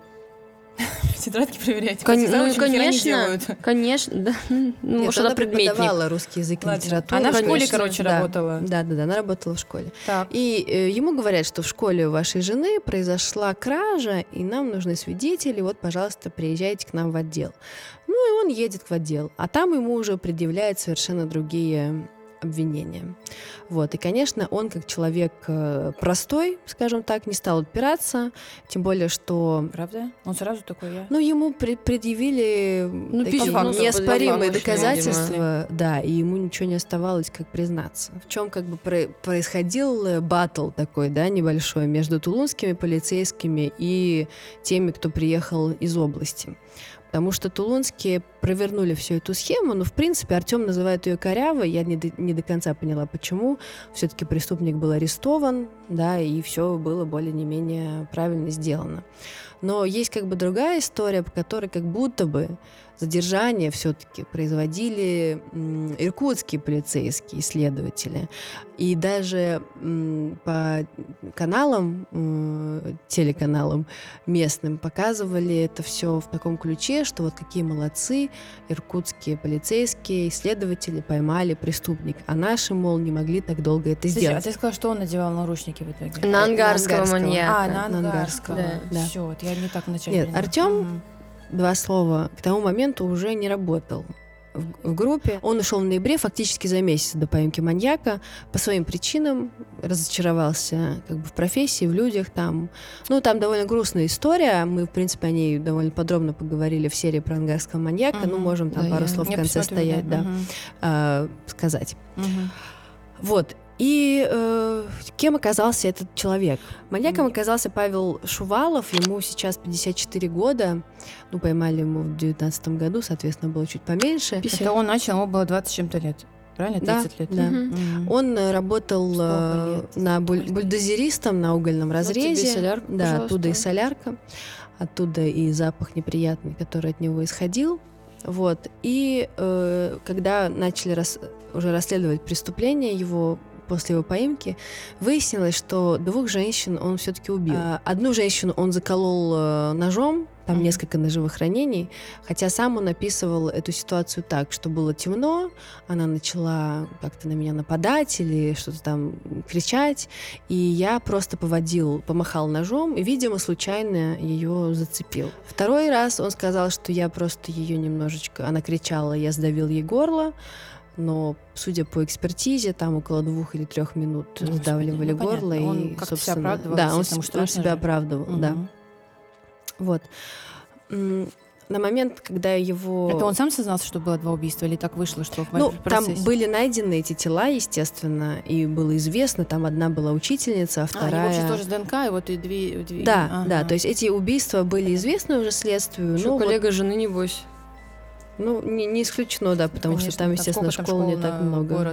Тетрадки проверять? Кон- Кстати, ну, завучи ни хера не конечно, делают. конечно, да. Ну, Нет, может, она она предметник. преподавала русский язык и Ладно. литературу. Она в школе, Конечно, короче, Да. работала. Да, да, да, она работала в школе. Так. И э, ему говорят, что в школе у вашей жены произошла кража, и нам нужны свидетели, вот, пожалуйста, приезжайте к нам в отдел. Ну, и он едет в отдел, а там ему уже предъявляют совершенно другие обвинения. Вот. И, конечно, он, как человек э, простой, скажем так, не стал отпираться, тем более, что Правда? Он сразу такой, я. ну, ему при- предъявили Ну, такие писюн, ну, неоспоримые по факту, доказательства, да, и ему ничего не оставалось, как признаться. В чем как бы про- происходил э, баттл такой, да, небольшой между тулунскими полицейскими и теми, кто приехал из области. Потому что тулунские провернули всю эту схему, но, в принципе, Артем называет ее корявой. Я не до, не до конца поняла, почему. Все-таки преступник был арестован, да, и все было более-не-менее правильно сделано. Но есть как бы другая история, по которой как будто бы задержание все-таки производили м, иркутские полицейские следователи. И даже м, по каналам, м, телеканалам местным показывали это все в таком ключе, что вот какие молодцы иркутские полицейские следователи поймали преступника, а наши, мол, не могли так долго это Слушай, а сделать. ты сказала, что он надевал наручники в итоге? На ангарского ангарского. маньяка. А, на на ангарского. ангарского, да. Все, вот я не так вначале Нет, поняла. Артём Мгм. Два слова. К тому моменту уже не работал в, в группе. Он ушел в ноябре, фактически за месяц до поимки маньяка. По своим причинам разочаровался как бы в профессии, в людях там. Ну, там довольно грустная история. Мы, в принципе, о ней довольно подробно поговорили в серии про ангарского маньяка. Мгм. Ну, можем там Да, пару я- слов в Я конце посмотрю, стоять, да, Мгм. а, сказать. Мгм. Вот. И э, кем оказался этот человек? Маньяком оказался Павел Шувалов, ему сейчас пятьдесят четыре года. Ну, поймали ему в девятнадцатом году, соответственно, было чуть поменьше. Это он начал, ему было двадцать с чем-то лет. Правильно? Да, тридцать лет? да. Мгм. Мгм. Он э, работал Сколько э, лет? на буль- бульдозеристом на угольном тебе разрезе. солярку, Да, пожалуйста. оттуда и солярка, оттуда и запах неприятный, который от него исходил. Вот. И э, когда начали рас- уже расследовать преступление его после его поимки, выяснилось, что двух женщин он все-таки убил. А, Одну женщину он заколол э, ножом, там Мгм. несколько ножевых ранений, хотя сам он описывал эту ситуацию так, что было темно, она начала как-то на меня нападать или что-то там кричать, и я просто поводил, помахал ножом, и, видимо, случайно ее зацепил. Второй раз он сказал, что я просто ее немножечко, она кричала, я сдавил ей горло, но, судя по экспертизе, там около двух или трех минут Господи, сдавливали ну, понятно. горло. Он и, как-то себя собственно, оправдывал, да, он, естественно, с- потому он что страшно себя же. оправдывал, да. Мгм. Вот. М, На момент, когда его... Это он сам сознался, что было два убийства, или так вышло, что в Ну, в там процессе? были найдены эти тела, естественно, и было известно, там одна была учительница, а А, вторая... его вообще тоже с ДНК, и вот и две... две- Да, Ага. да, то есть эти убийства были известны уже следствию. Что, ну, вот, коллега жены, небось? ну, не, не исключено, да, потому Конечно, что там, естественно, сколько там школ не школ так на много. город.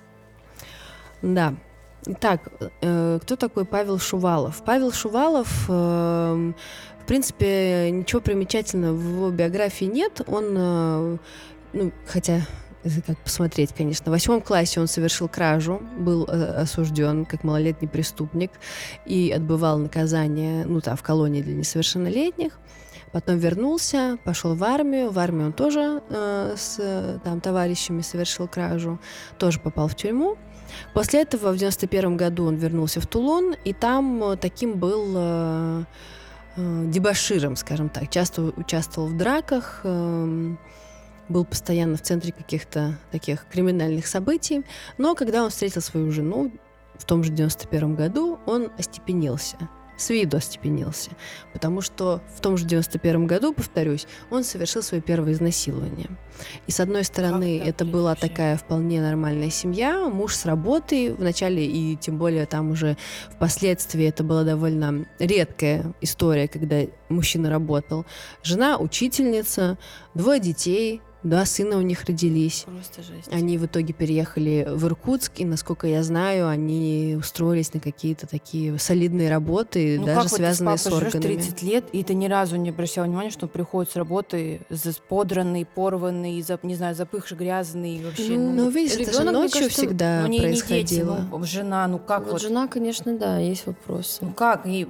Да. Итак, э, кто такой Павел Шувалов? Павел Шувалов, э, в принципе, ничего примечательного в его биографии нет. Он, э, ну, хотя, это как посмотреть, конечно, в восьмом классе он совершил кражу, был э, осужден как малолетний преступник и отбывал наказание, ну, там, в колонии для несовершеннолетних. Потом вернулся, пошел в армию. В армию он тоже э, с э, там, товарищами совершил кражу, тоже попал в тюрьму. После этого в девяносто первом году он вернулся в Тулун, и там э, таким был э, э, дебоширом, скажем так. Часто участвовал в драках, э, был постоянно в центре каких-то таких криминальных событий. Но когда он встретил свою жену в том же девяносто первом году, он остепенился. С виду остепенился. Потому что в том же девяносто первом году, повторюсь, он совершил свое первое изнасилование. И с одной стороны, так, это блин, была вообще? такая вполне нормальная семья, муж с работы вначале, и тем более там уже впоследствии это была довольно редкая история, когда мужчина работал. Жена учительница, двое детей, два сына у них родились. Просто жесть. Они в итоге переехали в Иркутск, и, насколько я знаю, они устроились на какие-то такие солидные работы, Ну даже как связанные вот ты с папой с живешь органами. тридцать лет, и ты ни разу не обращал внимания, что он приходит с работы з- подранный, порванный, зап- не знаю, запыхший, грязный, вообще. Ну, Ну, видишь, это же ребёнок, мне ночью кажется, всегда ну, не, не дети, происходило. ну, жена, ну как Вот, вот? жена, конечно, да, есть вопросы. Ну как? И,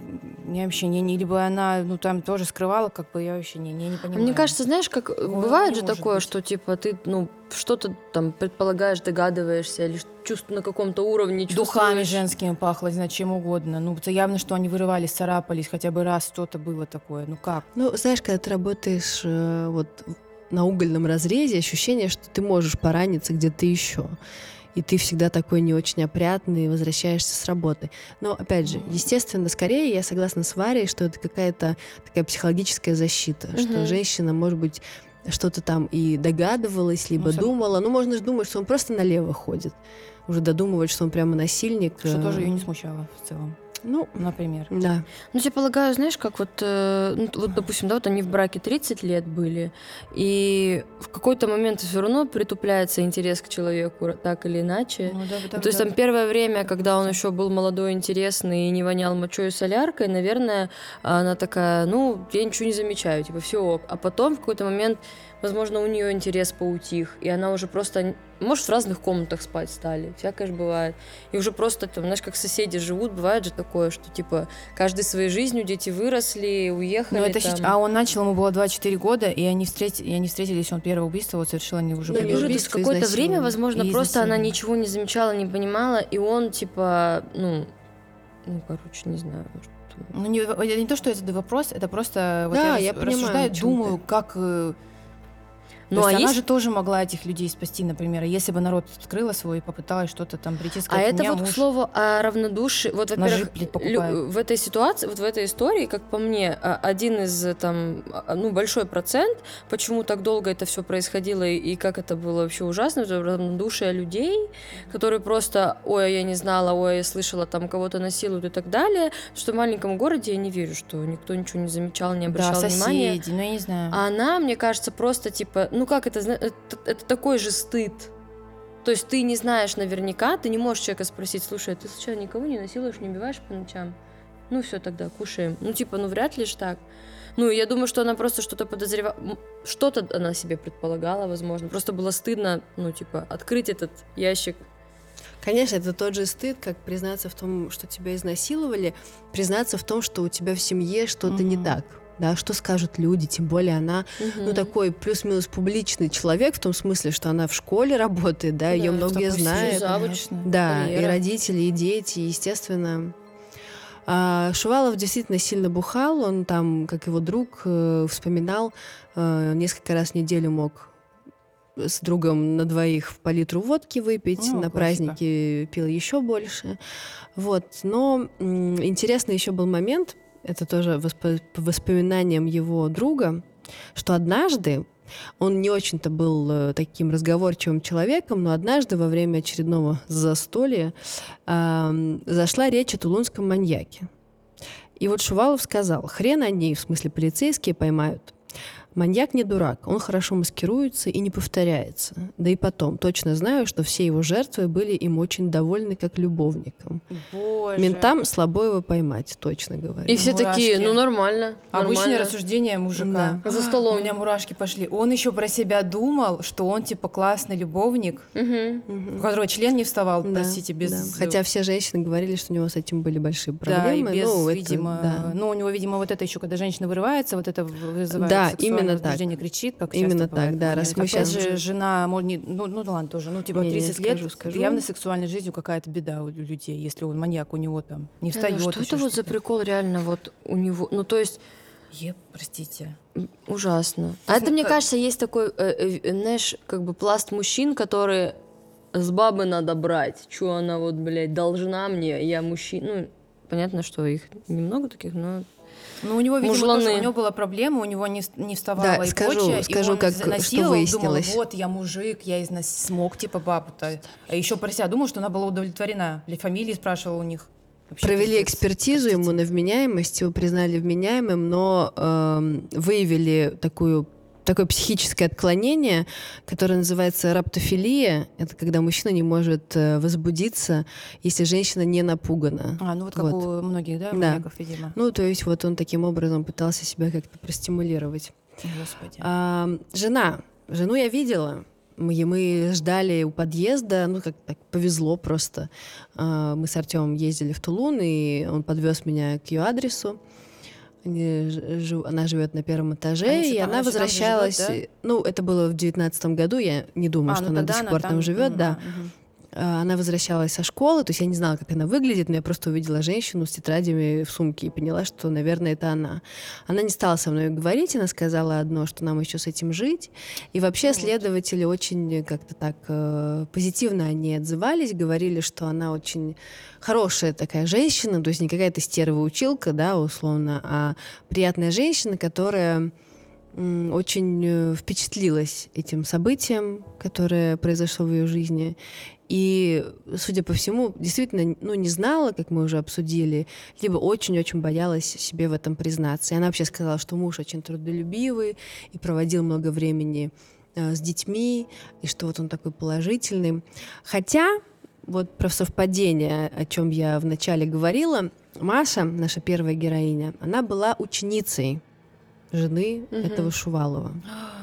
я вообще не, не, либо она, ну там тоже скрывала, как бы я вообще не, не, не понимаю. Мне кажется, знаешь, как Такого бывает не же может такое, быть. что типа ты, ну, что-то там предполагаешь, догадываешься, или чувств на каком-то уровне духами чувствуешь. женскими пахло, не знаю, чем угодно. Ну, это явно, что они вырывались, царапались, хотя бы раз что-то было такое. Ну как? Ну, знаешь, когда ты работаешь э, вот на угольном разрезе, ощущение, что ты можешь пораниться где-то еще. И ты всегда такой не очень опрятный, возвращаешься с работы. Но, опять же, естественно, скорее я согласна с Варей, что это какая-то такая психологическая защита, что Мгм. женщина, может быть, что-то там и догадывалась, либо Ну, сам- думала. Ну, можно же думать, что он просто налево ходит. Уже додумывать, что он прямо насильник. Что э, тоже ее не смущало в целом, Ну, например. да. Ну, я полагаю, знаешь, как вот, э, ну, вот, допустим, да, вот они в браке тридцать лет были, и в какой-то момент все равно притупляется интерес к человеку, так или иначе. Ну, да, да, То есть да. там первое время, когда он еще был молодой, интересный и не вонял мочой и соляркой, наверное, она такая, ну, я ничего не замечаю, типа, все ок. А потом в какой-то момент, возможно, у нее интерес поутих, и она уже просто, может, в разных комнатах спать стали, всякое же бывает. И уже просто, там, знаешь, как соседи живут, бывает же такое, что, типа, каждый своей жизнью, дети выросли, уехали. Ну, это там. щас- А он начал, ему было двадцать четыре года, и они, встрети... и они встретились, он первое убийство вот совершил, они уже Ну, были. не Уже убийство, какое-то время, изнасилование. возможно, И просто она изнасилование. ничего не замечала, не понимала, и он, типа, ну, ну, короче, не знаю, что. Ну, не, это не то, что это вопрос, это просто вот Да, я, я рас- понимаю, рассуждаю, о чём думаю, ты. как... э, Ну, то а есть она есть- же тоже могла этих людей спасти, например, если бы народ открыла свой и попыталась что-то там прийти, А сказать, это «У меня вот, к муж». слову, о равнодушии. Вот, Ножи, во-первых, блин, лю- покупают. в этой ситуации, вот в этой истории, как по мне, а, один из э, там, а, ну, большой процент, почему так долго это все происходило и, и как это было вообще ужасно, это равнодушие людей, которые просто, ой, я не знала, ой, я слышала, там кого-то насилуют и так далее, что в маленьком городе я не верю, что никто ничего не замечал, не Да, обращал внимания. соседи, ну я не знаю. А она, мне кажется, просто типа, ну как это, зна- это, это такой же стыд. То есть ты не знаешь наверняка, ты не можешь человека спросить, слушай, а ты случайно никого не насилуешь, не убиваешь по ночам? Ну все тогда, кушаем. Ну типа, ну вряд ли ж так. Ну, я думаю, что она просто что-то подозревала, м, что-то она себе предполагала, возможно. Просто было стыдно, ну типа, открыть этот ящик. Конечно, это тот же стыд, как признаться в том, что тебя изнасиловали, признаться в том, что у тебя в семье что-то не Мгм. так. Да, что скажут люди, тем более она, ну, Мгм. такой плюс-минус публичный человек, в том смысле, что она в школе работает, да, Да, ее в многие такой знают. среде, Завуч. конечно. Да, и карьера. родители, и дети, естественно. А Шувалов действительно сильно бухал, он там, как его друг, э, вспоминал, э, несколько раз в неделю мог с другом на двоих по литру водки выпить, Ну, на классика. праздники пил еще больше. Вот. Но м, интересный еще был момент, это тоже воспо- по воспоминаниям его друга, что однажды он не очень-то был э, таким разговорчивым человеком, но однажды во время очередного застолья ам, зашла речь о тулунском маньяке. И вот Шувалов сказал, хрен они, в смысле полицейские, поймают. Маньяк не дурак, он хорошо маскируется и не повторяется. Да и потом, точно знаю, что все его жертвы были им очень довольны как любовником. Боже. Ментам слабо его поймать, точно говорю. И все Мурашки. такие, ну нормально. Обычное нормально. рассуждение мужика. Да. За столом. У меня мурашки пошли. Он еще про себя думал, что он типа классный любовник, Мгм. Мгм. у которого член не вставал, Да, простите, без... да. Хотя все женщины говорили, что у него с этим были большие Да, и проблемы. без, ну, это, видимо, да. ну, у него, видимо, вот это еще, когда женщина вырывается, вот это вызывает Да, сексуальное именно возбуждение, кричит, как Именно часто бывает так, да, в раз Америке. мы Опять щас же, уже- жена, может, не, ну, ну да ладно, тоже, ну, типа, Не, не, тридцать скажу, лет, скажу. явно сексуальной жизнью какая-то беда у людей, если он маньяк, у него там не Да, встает. ну что это вот за прикол реально вот у него? Ну, то есть, Еп, простите. м, ужасно. То А есть, это, ну, мне как- кажется, есть такой, э, э, знаешь, как бы пласт мужчин, которые с бабы надо брать. Чё она вот, блядь, должна мне, я мужчина. Ну, понятно, что их немного таких, но... Ну, у него, видимо, Мужланы. тоже, у него была проблема, у него не, вс- не вставала Да, и скажу- почва, скажу, и он как- за- что насиловал, выяснилось. думал, вот, я мужик, я изнас... смог, типа, бабу-то. А еще про себя думал, что она была удовлетворена. Для фамилии спрашивала у них. Вообще Провели пиздец. экспертизу ему на вменяемость, его признали вменяемым, но эм, выявили такую такое психическое отклонение, которое называется раптофилия. Это когда мужчина не может э, возбудиться, если женщина не напугана. А, ну вот как Вот. у многих, да, Да. маньяков, видимо. Ну, то есть вот он таким образом пытался себя как-то простимулировать. Господи. А, жена. Жену я видела. Мы, мы ждали у подъезда, ну, как так повезло просто. А, мы с Артемом ездили в Тулун, и он подвез меня к ее адресу. Они жив- Она живет на первом этаже, Они ещё и там- она она ещё там же возвращалась. живёт, Ну, это было в девятнадцатом году, я не думаю, А, что ну она до тогда сих она пор там, там, живет, м, да. а, мгм. А, Она возвращалась со школы, то есть я не знала, как она выглядит, но я просто увидела женщину с тетрадями в сумке и поняла, что, наверное, это она. Она не стала со мной говорить, она сказала одно, что нам еще с этим жить. И вообще Ну вот. следователи очень как-то так э, позитивно они отзывались, говорили, что она очень хорошая такая женщина, то есть не какая-то стерва-училка, да, условно, а приятная женщина, которая м, очень э, впечатлилась этим событием, которое произошло в ее жизни. И, судя по всему, действительно, ну, не знала, как мы уже обсудили, либо очень-очень боялась себе в этом признаться. И она вообще сказала, что муж очень трудолюбивый и проводил много времени э, с детьми, и что вот он такой положительный. Хотя, вот про совпадение, о чем я вначале говорила, Маша, наша первая героиня, она была ученицей жены Мгм. этого Шувалова.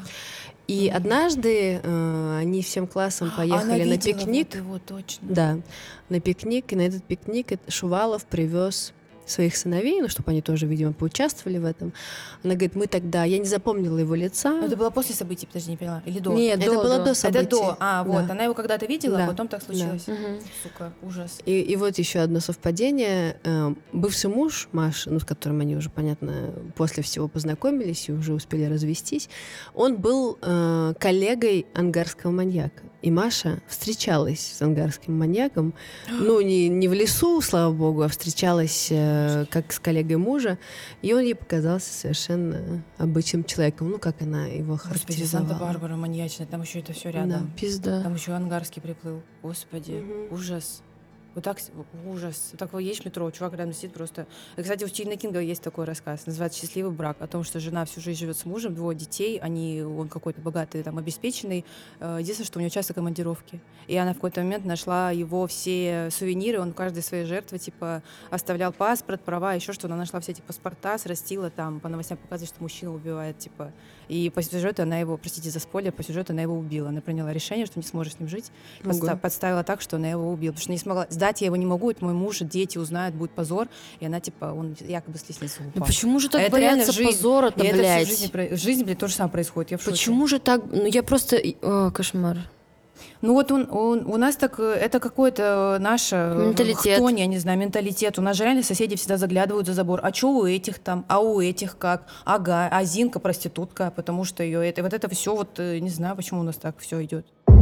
И однажды э, они всем классом поехали Она на видела пикник. вот его, точно. Да, на пикник. И на этот пикник это Шувалов привез своих сыновей, ну, чтобы они тоже, видимо, поучаствовали в этом. Она говорит, мы тогда... Я не запомнила его лица. Но это было после событий, подожди, не поняла. Или до? Нет, это до, было до. до событий. Это до. А, вот. Да. Она его когда-то видела, Да. а потом так случилось. Мгм. Сука, ужас. И, и вот еще одно совпадение. Э, Бывший муж Маши, ну, с которым они уже, понятно, после всего познакомились и уже успели развестись, он был э, коллегой ангарского маньяка. И Маша встречалась с ангарским маньяком. Ну, не, не в лесу, слава богу, а встречалась э, как с коллегой мужа. И он ей показался совершенно обычным человеком. Ну, как она его Господи, характеризовала. Санта-Барбара маньячная, там еще это все рядом. Да. Пизда. Там еще ангарский приплыл. Господи, Мгм. ужас. Вот так, с- ужас. Вот так вот едешь в метро, чувак рядом сидит просто. И, кстати, у Стивена Кинга есть такой рассказ, называется «Счастливый брак», о том, что жена всю жизнь живет с мужем, двое детей, они, он какой-то богатый, там, обеспеченный. Э, Единственное, что у него часто командировки. И она в какой-то момент нашла его все сувениры, он каждой своей жертве, типа, оставлял паспорт, права, еще что-то. Она нашла все эти паспорта, срастила там, по новостям показывает, что мужчина убивает, типа. И по сюжету она его, простите за спойлер, по сюжету она его убила. Она приняла решение, что не сможет с ним жить. Подста- Ого. подставила так, что она его убила. Потому что не смогла. Сдать я его не могу, это мой муж, дети узнают, будет позор. И она, типа, он якобы с лестницы Ну упал. почему же так А это реально боятся жизнь. позора-то, И это всю блядь? жизнь, про- в жизни, блядь, то же самое происходит. Я в шоке. Почему же так? Ну я просто... О, кошмар. Ну вот он, он- у нас так, э, это какое-то наше э, Менталитет. хтонь, я не знаю, менталитет. У нас же реально соседи всегда заглядывают за забор. А что у этих там? А у этих как? Ага, а Зинка проститутка, потому что ее это... Вот это все вот, э, не знаю, почему у нас так все идет.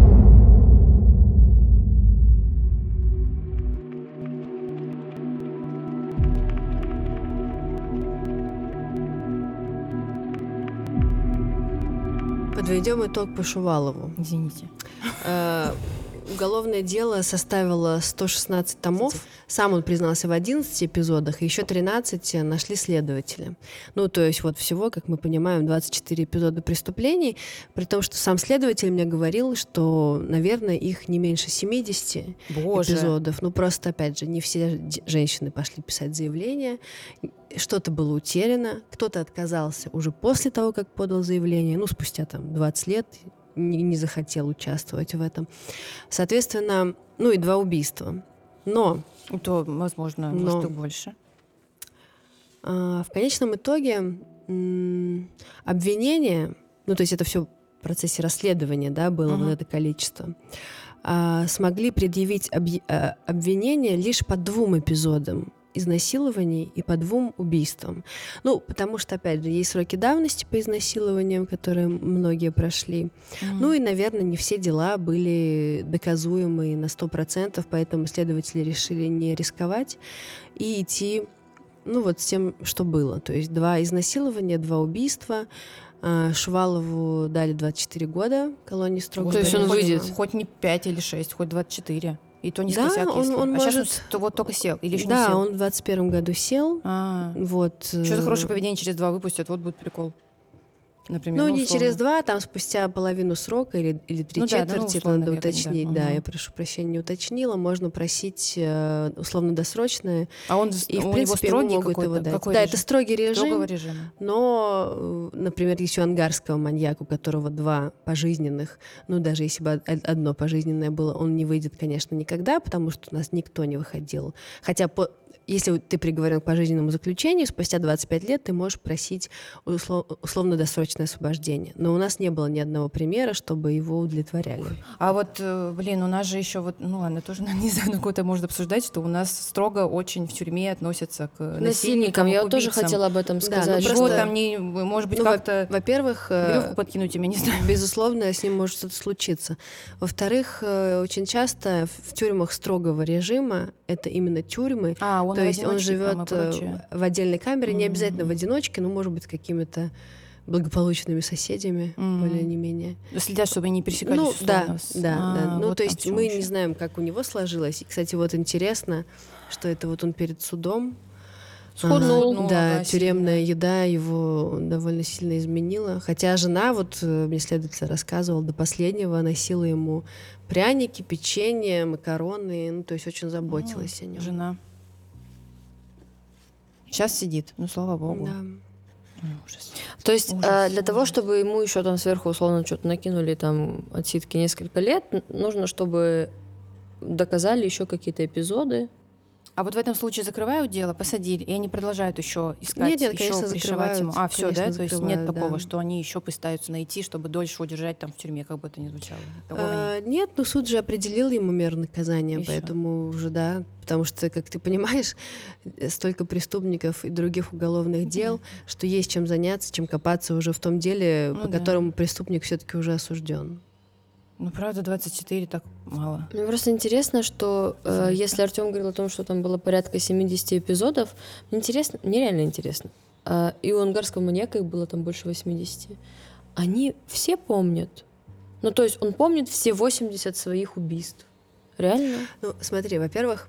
Подведем итог по Шувалову. Извините. Э, Уголовное дело составило сто шестнадцать томов. Сам он признался в одиннадцати эпизодах, и еще тринадцать нашли следователи. Ну, то есть вот всего, как мы понимаем, двадцать четыре эпизода преступлений, при том, что сам следователь мне говорил, что, наверное, их не меньше семидесяти Боже. эпизодов. Ну, просто, опять же, не все д- женщины пошли писать заявление. Что-то было утеряно, кто-то отказался уже после того, как подал заявление, ну, спустя там двадцать лет, не, не захотел участвовать в этом. Соответственно, ну и два убийства. Но То, возможно, Но. может, и больше. а, в конечном итоге м, обвинение, ну, то есть это все в процессе расследования, да, было Мгм. вот это количество, а, смогли предъявить объ- а, обвинение лишь по двум эпизодам изнасилований и по двум убийствам. Ну, потому что, опять же, есть сроки давности по изнасилованиям, которые многие прошли. Ну и, наверное, не все дела были доказуемы на сто процентов, поэтому следователи решили не рисковать и идти, ну, вот с тем, что было. То есть два изнасилования, два убийства. А, Шувалову дали двадцать четыре года колонии строгого То есть он хоть, выйдет? Хоть не пять или шесть, хоть двадцать четыре. И то не Да, косяк, он- если. он а сейчас может- он с- вот только сел. Или еще Да, не сел. он в двадцать первом году сел. А, Вот. что за э, хорошее поведение через два выпустят, вот будет прикол. например? Ну, Ну, не условно. через два, там спустя половину срока или, или три Ну да, да, ну, четверти, это условно надо века, да. уточнить. Да, Мгм. я прошу прощения, не уточнила. Можно просить э, условно-досрочное. А он, И, в у принципе, него ему строгий могут какой-то? его дать. Какой Да, режим? это строгий режим, Строгого режима. но, э, например, если у ангарского маньяка, у которого два пожизненных, ну, даже если бы од- одно пожизненное было, он не выйдет, конечно, никогда, потому что у нас никто не выходил. Хотя по если ты приговорен к пожизненному заключению, спустя двадцать пять лет ты можешь просить услов- условно-досрочное освобождение. Но у нас не было ни одного примера, чтобы его удовлетворяли. А вот, э, блин, у нас же еще вот, ну ладно, тоже не знаю, на какой-то можно обсуждать, что у нас строго очень в тюрьме относятся к насильникам, Насильникам. Я к вот тоже убийцам. хотела об этом Да, сказать. ну, Чего просто- там не, может быть, Ну, во- как-то Во-первых, э, веревку подкинуть им, я не знаю. безусловно, с ним может что-то случиться. Во-вторых, э, очень часто в тюрьмах строгого режима, это именно тюрьмы, А, он то в есть он одиночке там и живет э, прочее. в отдельной камере, не Мгм. обязательно в одиночке, но, может быть, с какими-то благополучными соседями, Мгм. более не менее. Следят, чтобы не пересекались Ну, да, условно с- да, А, да. Ну, вот то там есть в чём мы ещё. не знаем, как у него сложилось. И, кстати, вот интересно, что это вот он перед судом. Схуднул. Ага, да, да, тюремная сильно. еда его довольно сильно изменила. Хотя жена, вот э, мне следователь рассказывал, до последнего носила ему пряники, печенье, макароны, ну, то есть очень заботилась о нем. Жена. Сейчас сидит, ну, слава богу. Да. Ой, ужас. То есть Ужас, э, для того, ужас. чтобы ему еще там сверху условно что-то накинули, там отсидки несколько лет, н- нужно, чтобы доказали еще какие-то эпизоды. А вот в этом случае закрывают дело, посадили, и они продолжают еще искать, Нет, нет, еще конечно, пришивать закрывают, ему. А, все, да? конечно, То есть закрывают, нет такого, да. что они еще пытаются найти, чтобы дольше удержать там в тюрьме, как бы это ни звучало. Такого нет. А, нет, ну суд же определил ему меру наказания, И всё. поэтому уже да, потому что, как ты понимаешь, э, столько преступников и других уголовных дел, что есть чем заняться, чем копаться уже в том деле, Ну по да. которому преступник все-таки уже осужден. Ну, правда, двадцать четыре так мало. Мне просто интересно, что э, если Артем говорил о том, что там было порядка семьдесят эпизодов, мне интересно, мне реально интересно. А, и у ангарского маньяка их было там больше восьмидесяти. Они все помнят. Ну, то есть он помнит все восемьдесят своих убийств. Реально? Ну, смотри, во-первых,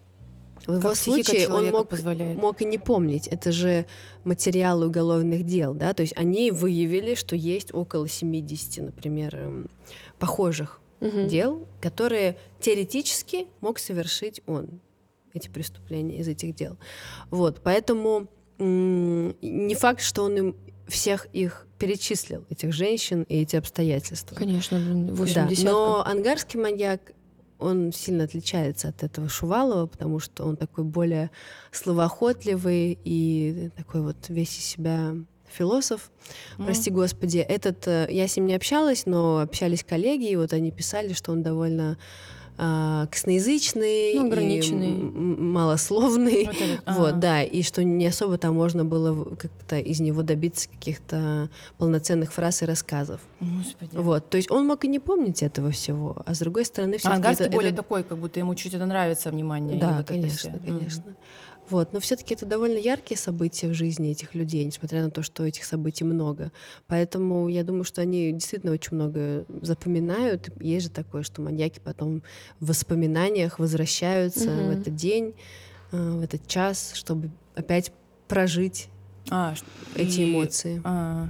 в его Как психика случае он человека мог, позволяет. мог и не помнить. Это же материалы уголовных дел, да, то есть они выявили, что есть около семидесяти, например, эм, похожих Мгм. дел, которые теоретически мог совершить он, эти преступления из этих дел. Вот, поэтому м, не факт, что он им всех их перечислил, этих женщин и эти обстоятельства. Конечно, блин, Да, восемьдесят. но ангарский маньяк, он сильно отличается от этого Шувалова, потому что он такой более словоохотливый и такой вот весь из себя философ, прости господи. Этот, э, я с ним не общалась, но общались коллеги, и вот они писали, что он довольно а, косноязычный, Ну, и ограниченный. м- м- малословный. Вот этот, Вот, а. да, и что не особо там можно было в- как-то из него добиться каких-то полноценных фраз и рассказов. Господи. Вот, то есть он мог и не помнить этого всего, а с другой стороны, все А ангарский более такой, как будто ему чуть это нравится, внимание. и да, вот это конечно, всё. конечно. Вот, но все-таки это довольно яркие события в жизни этих людей, несмотря на то, что этих событий много. Поэтому я думаю, что они действительно очень много запоминают. Есть же такое, что маньяки потом в воспоминаниях возвращаются Мгм. в этот день, э, в этот час, чтобы опять прожить А, ш- эти и- эмоции. а.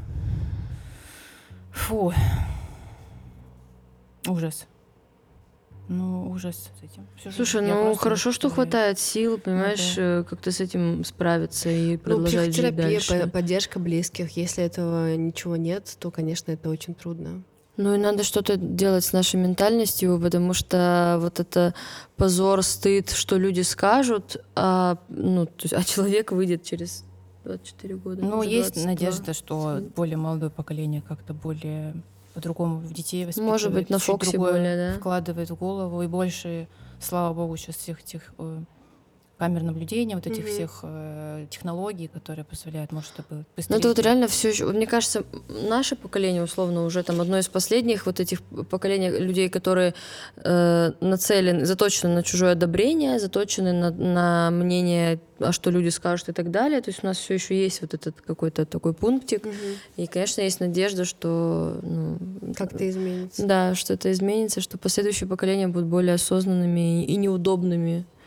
Фу. Ужас. Ну, ужас с этим. Всё же Слушай, я ну просто хорошо, не что представляю. хватает сил, понимаешь, да. э, как-то с этим справиться и Ну, продолжать жить психотерапия, дальше. по- поддержка близких. Если этого ничего нет, то, конечно, это очень трудно. Ну и надо что-то делать с нашей ментальностью, потому что вот это позор, стыд, что люди скажут, а, ну, то есть, а человек выйдет через двадцать четыре года. Ну, уже есть двадцать два. надежда, что более молодое поколение как-то более по-другому в детей воспитывает. Может быть, на чуть Фоксе другое более, да? вкладывает в голову. И больше, слава богу, сейчас всех этих э, камер наблюдения, вот этих Мгм. всех э, технологий, которые позволяют, может, это было Ну, быстрее. это вот реально все еще, мне кажется, наше поколение, условно, уже там одно из последних вот этих поколений людей, которые э, нацелены, заточены на чужое одобрение, заточены на, на мнение, а что люди скажут и так далее. То есть у нас все еще есть вот этот какой-то такой пунктик. И, конечно, есть надежда, что ну, Как-то изменится. да, что это изменится, что последующие поколения будут более осознанными и неудобными.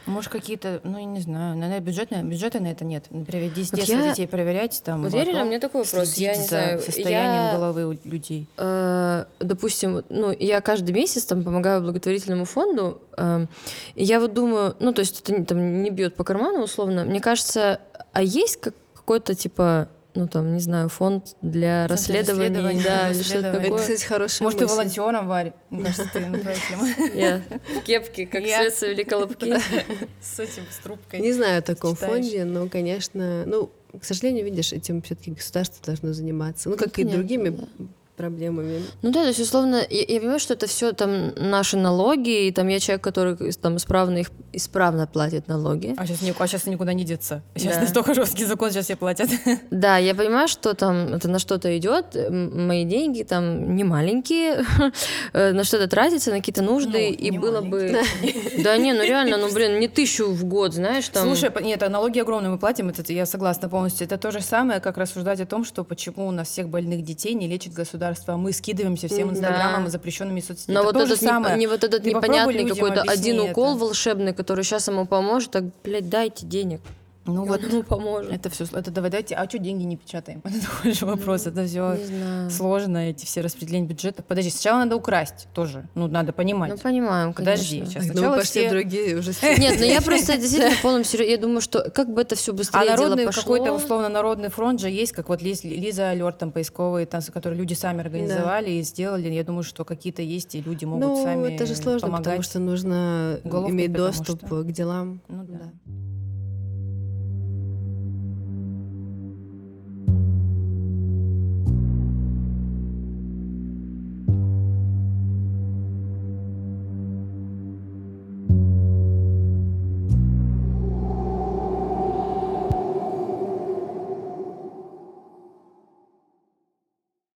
Может, какие-то, ну, я не знаю, наверное, бюджетные, бюджета на это нет. Например, детство я- детей проверять, там, Вот а реально, потом у меня такой вопрос, следить я не за знаю, состоянием я- головы у людей. Э, допустим, ну, я каждый месяц там помогаю благотворительному фонду, э, и я вот думаю, ну, то есть это не- там не бьет по карману условно. Мне кажется, а есть как- какой-то типа, ну, там, не знаю, фонд для Центр расследований, расследований, да, или что-то расследований. Это, такое. кстати, хорошая Может, ты мысль. волонтером, Варь? Мне кажется, ты направителем. Я в кепке, как Я. следствие Великой Лапки. С этим, с трубкой. Не знаю о таком Читаешь. фонде, но, конечно, ну, к сожалению, видишь, этим все-таки государство должно заниматься. Ну, как и понятно, другими да. проблемами. Ну да, то есть, условно, я, я понимаю, что это все там наши налоги, и там я человек, который там исправно их исправно платит налоги. А сейчас, а сейчас никуда не деться. Сейчас Да. настолько жесткий закон, сейчас все платят. Да, я понимаю, что там это на что-то идет, м, мои деньги там не маленькие, э, на что-то тратятся, на какие-то нужды, Ну, и не было бы... Да не, ну реально, ну блин, не тысячу в год, знаешь, там... Слушай, по- нет, налоги огромные мы платим, это я согласна полностью. Это то же самое, как рассуждать о том, что почему у нас всех больных детей не лечит государство, а мы скидываемся всем Да. инстаграмом и запрещенными соцсетями. Но Это вот то же этот, не, самое. не вот этот Ты попробуй непонятный людям какой-то объясни один укол это. волшебный, который сейчас ему поможет, так, блядь, дайте денег. Ну И вот он ему поможет. это все, это давай дайте, а что деньги не печатаем? Это такой же вопрос, это все Не знаю. сложно, эти все распределения бюджета. Подожди, сначала надо украсть тоже, ну надо понимать. Ну, понимаем, Подожди, конечно. сейчас Ну, сначала пошли все... другие уже. Нет, ну я просто действительно в полном серьезе, я думаю, что как бы это все А быстрее дело народный, пошло. какой-то условно народный фронт же есть, как вот Лиз- Лиза Алерт, там поисковые, там, которые люди сами организовали и сделали. Я думаю, что какие-то есть, и люди могут Ну, сами это же сложно, помогать. потому что нужно Уголовкой, иметь потому доступ что- к делам. Ну да. Да.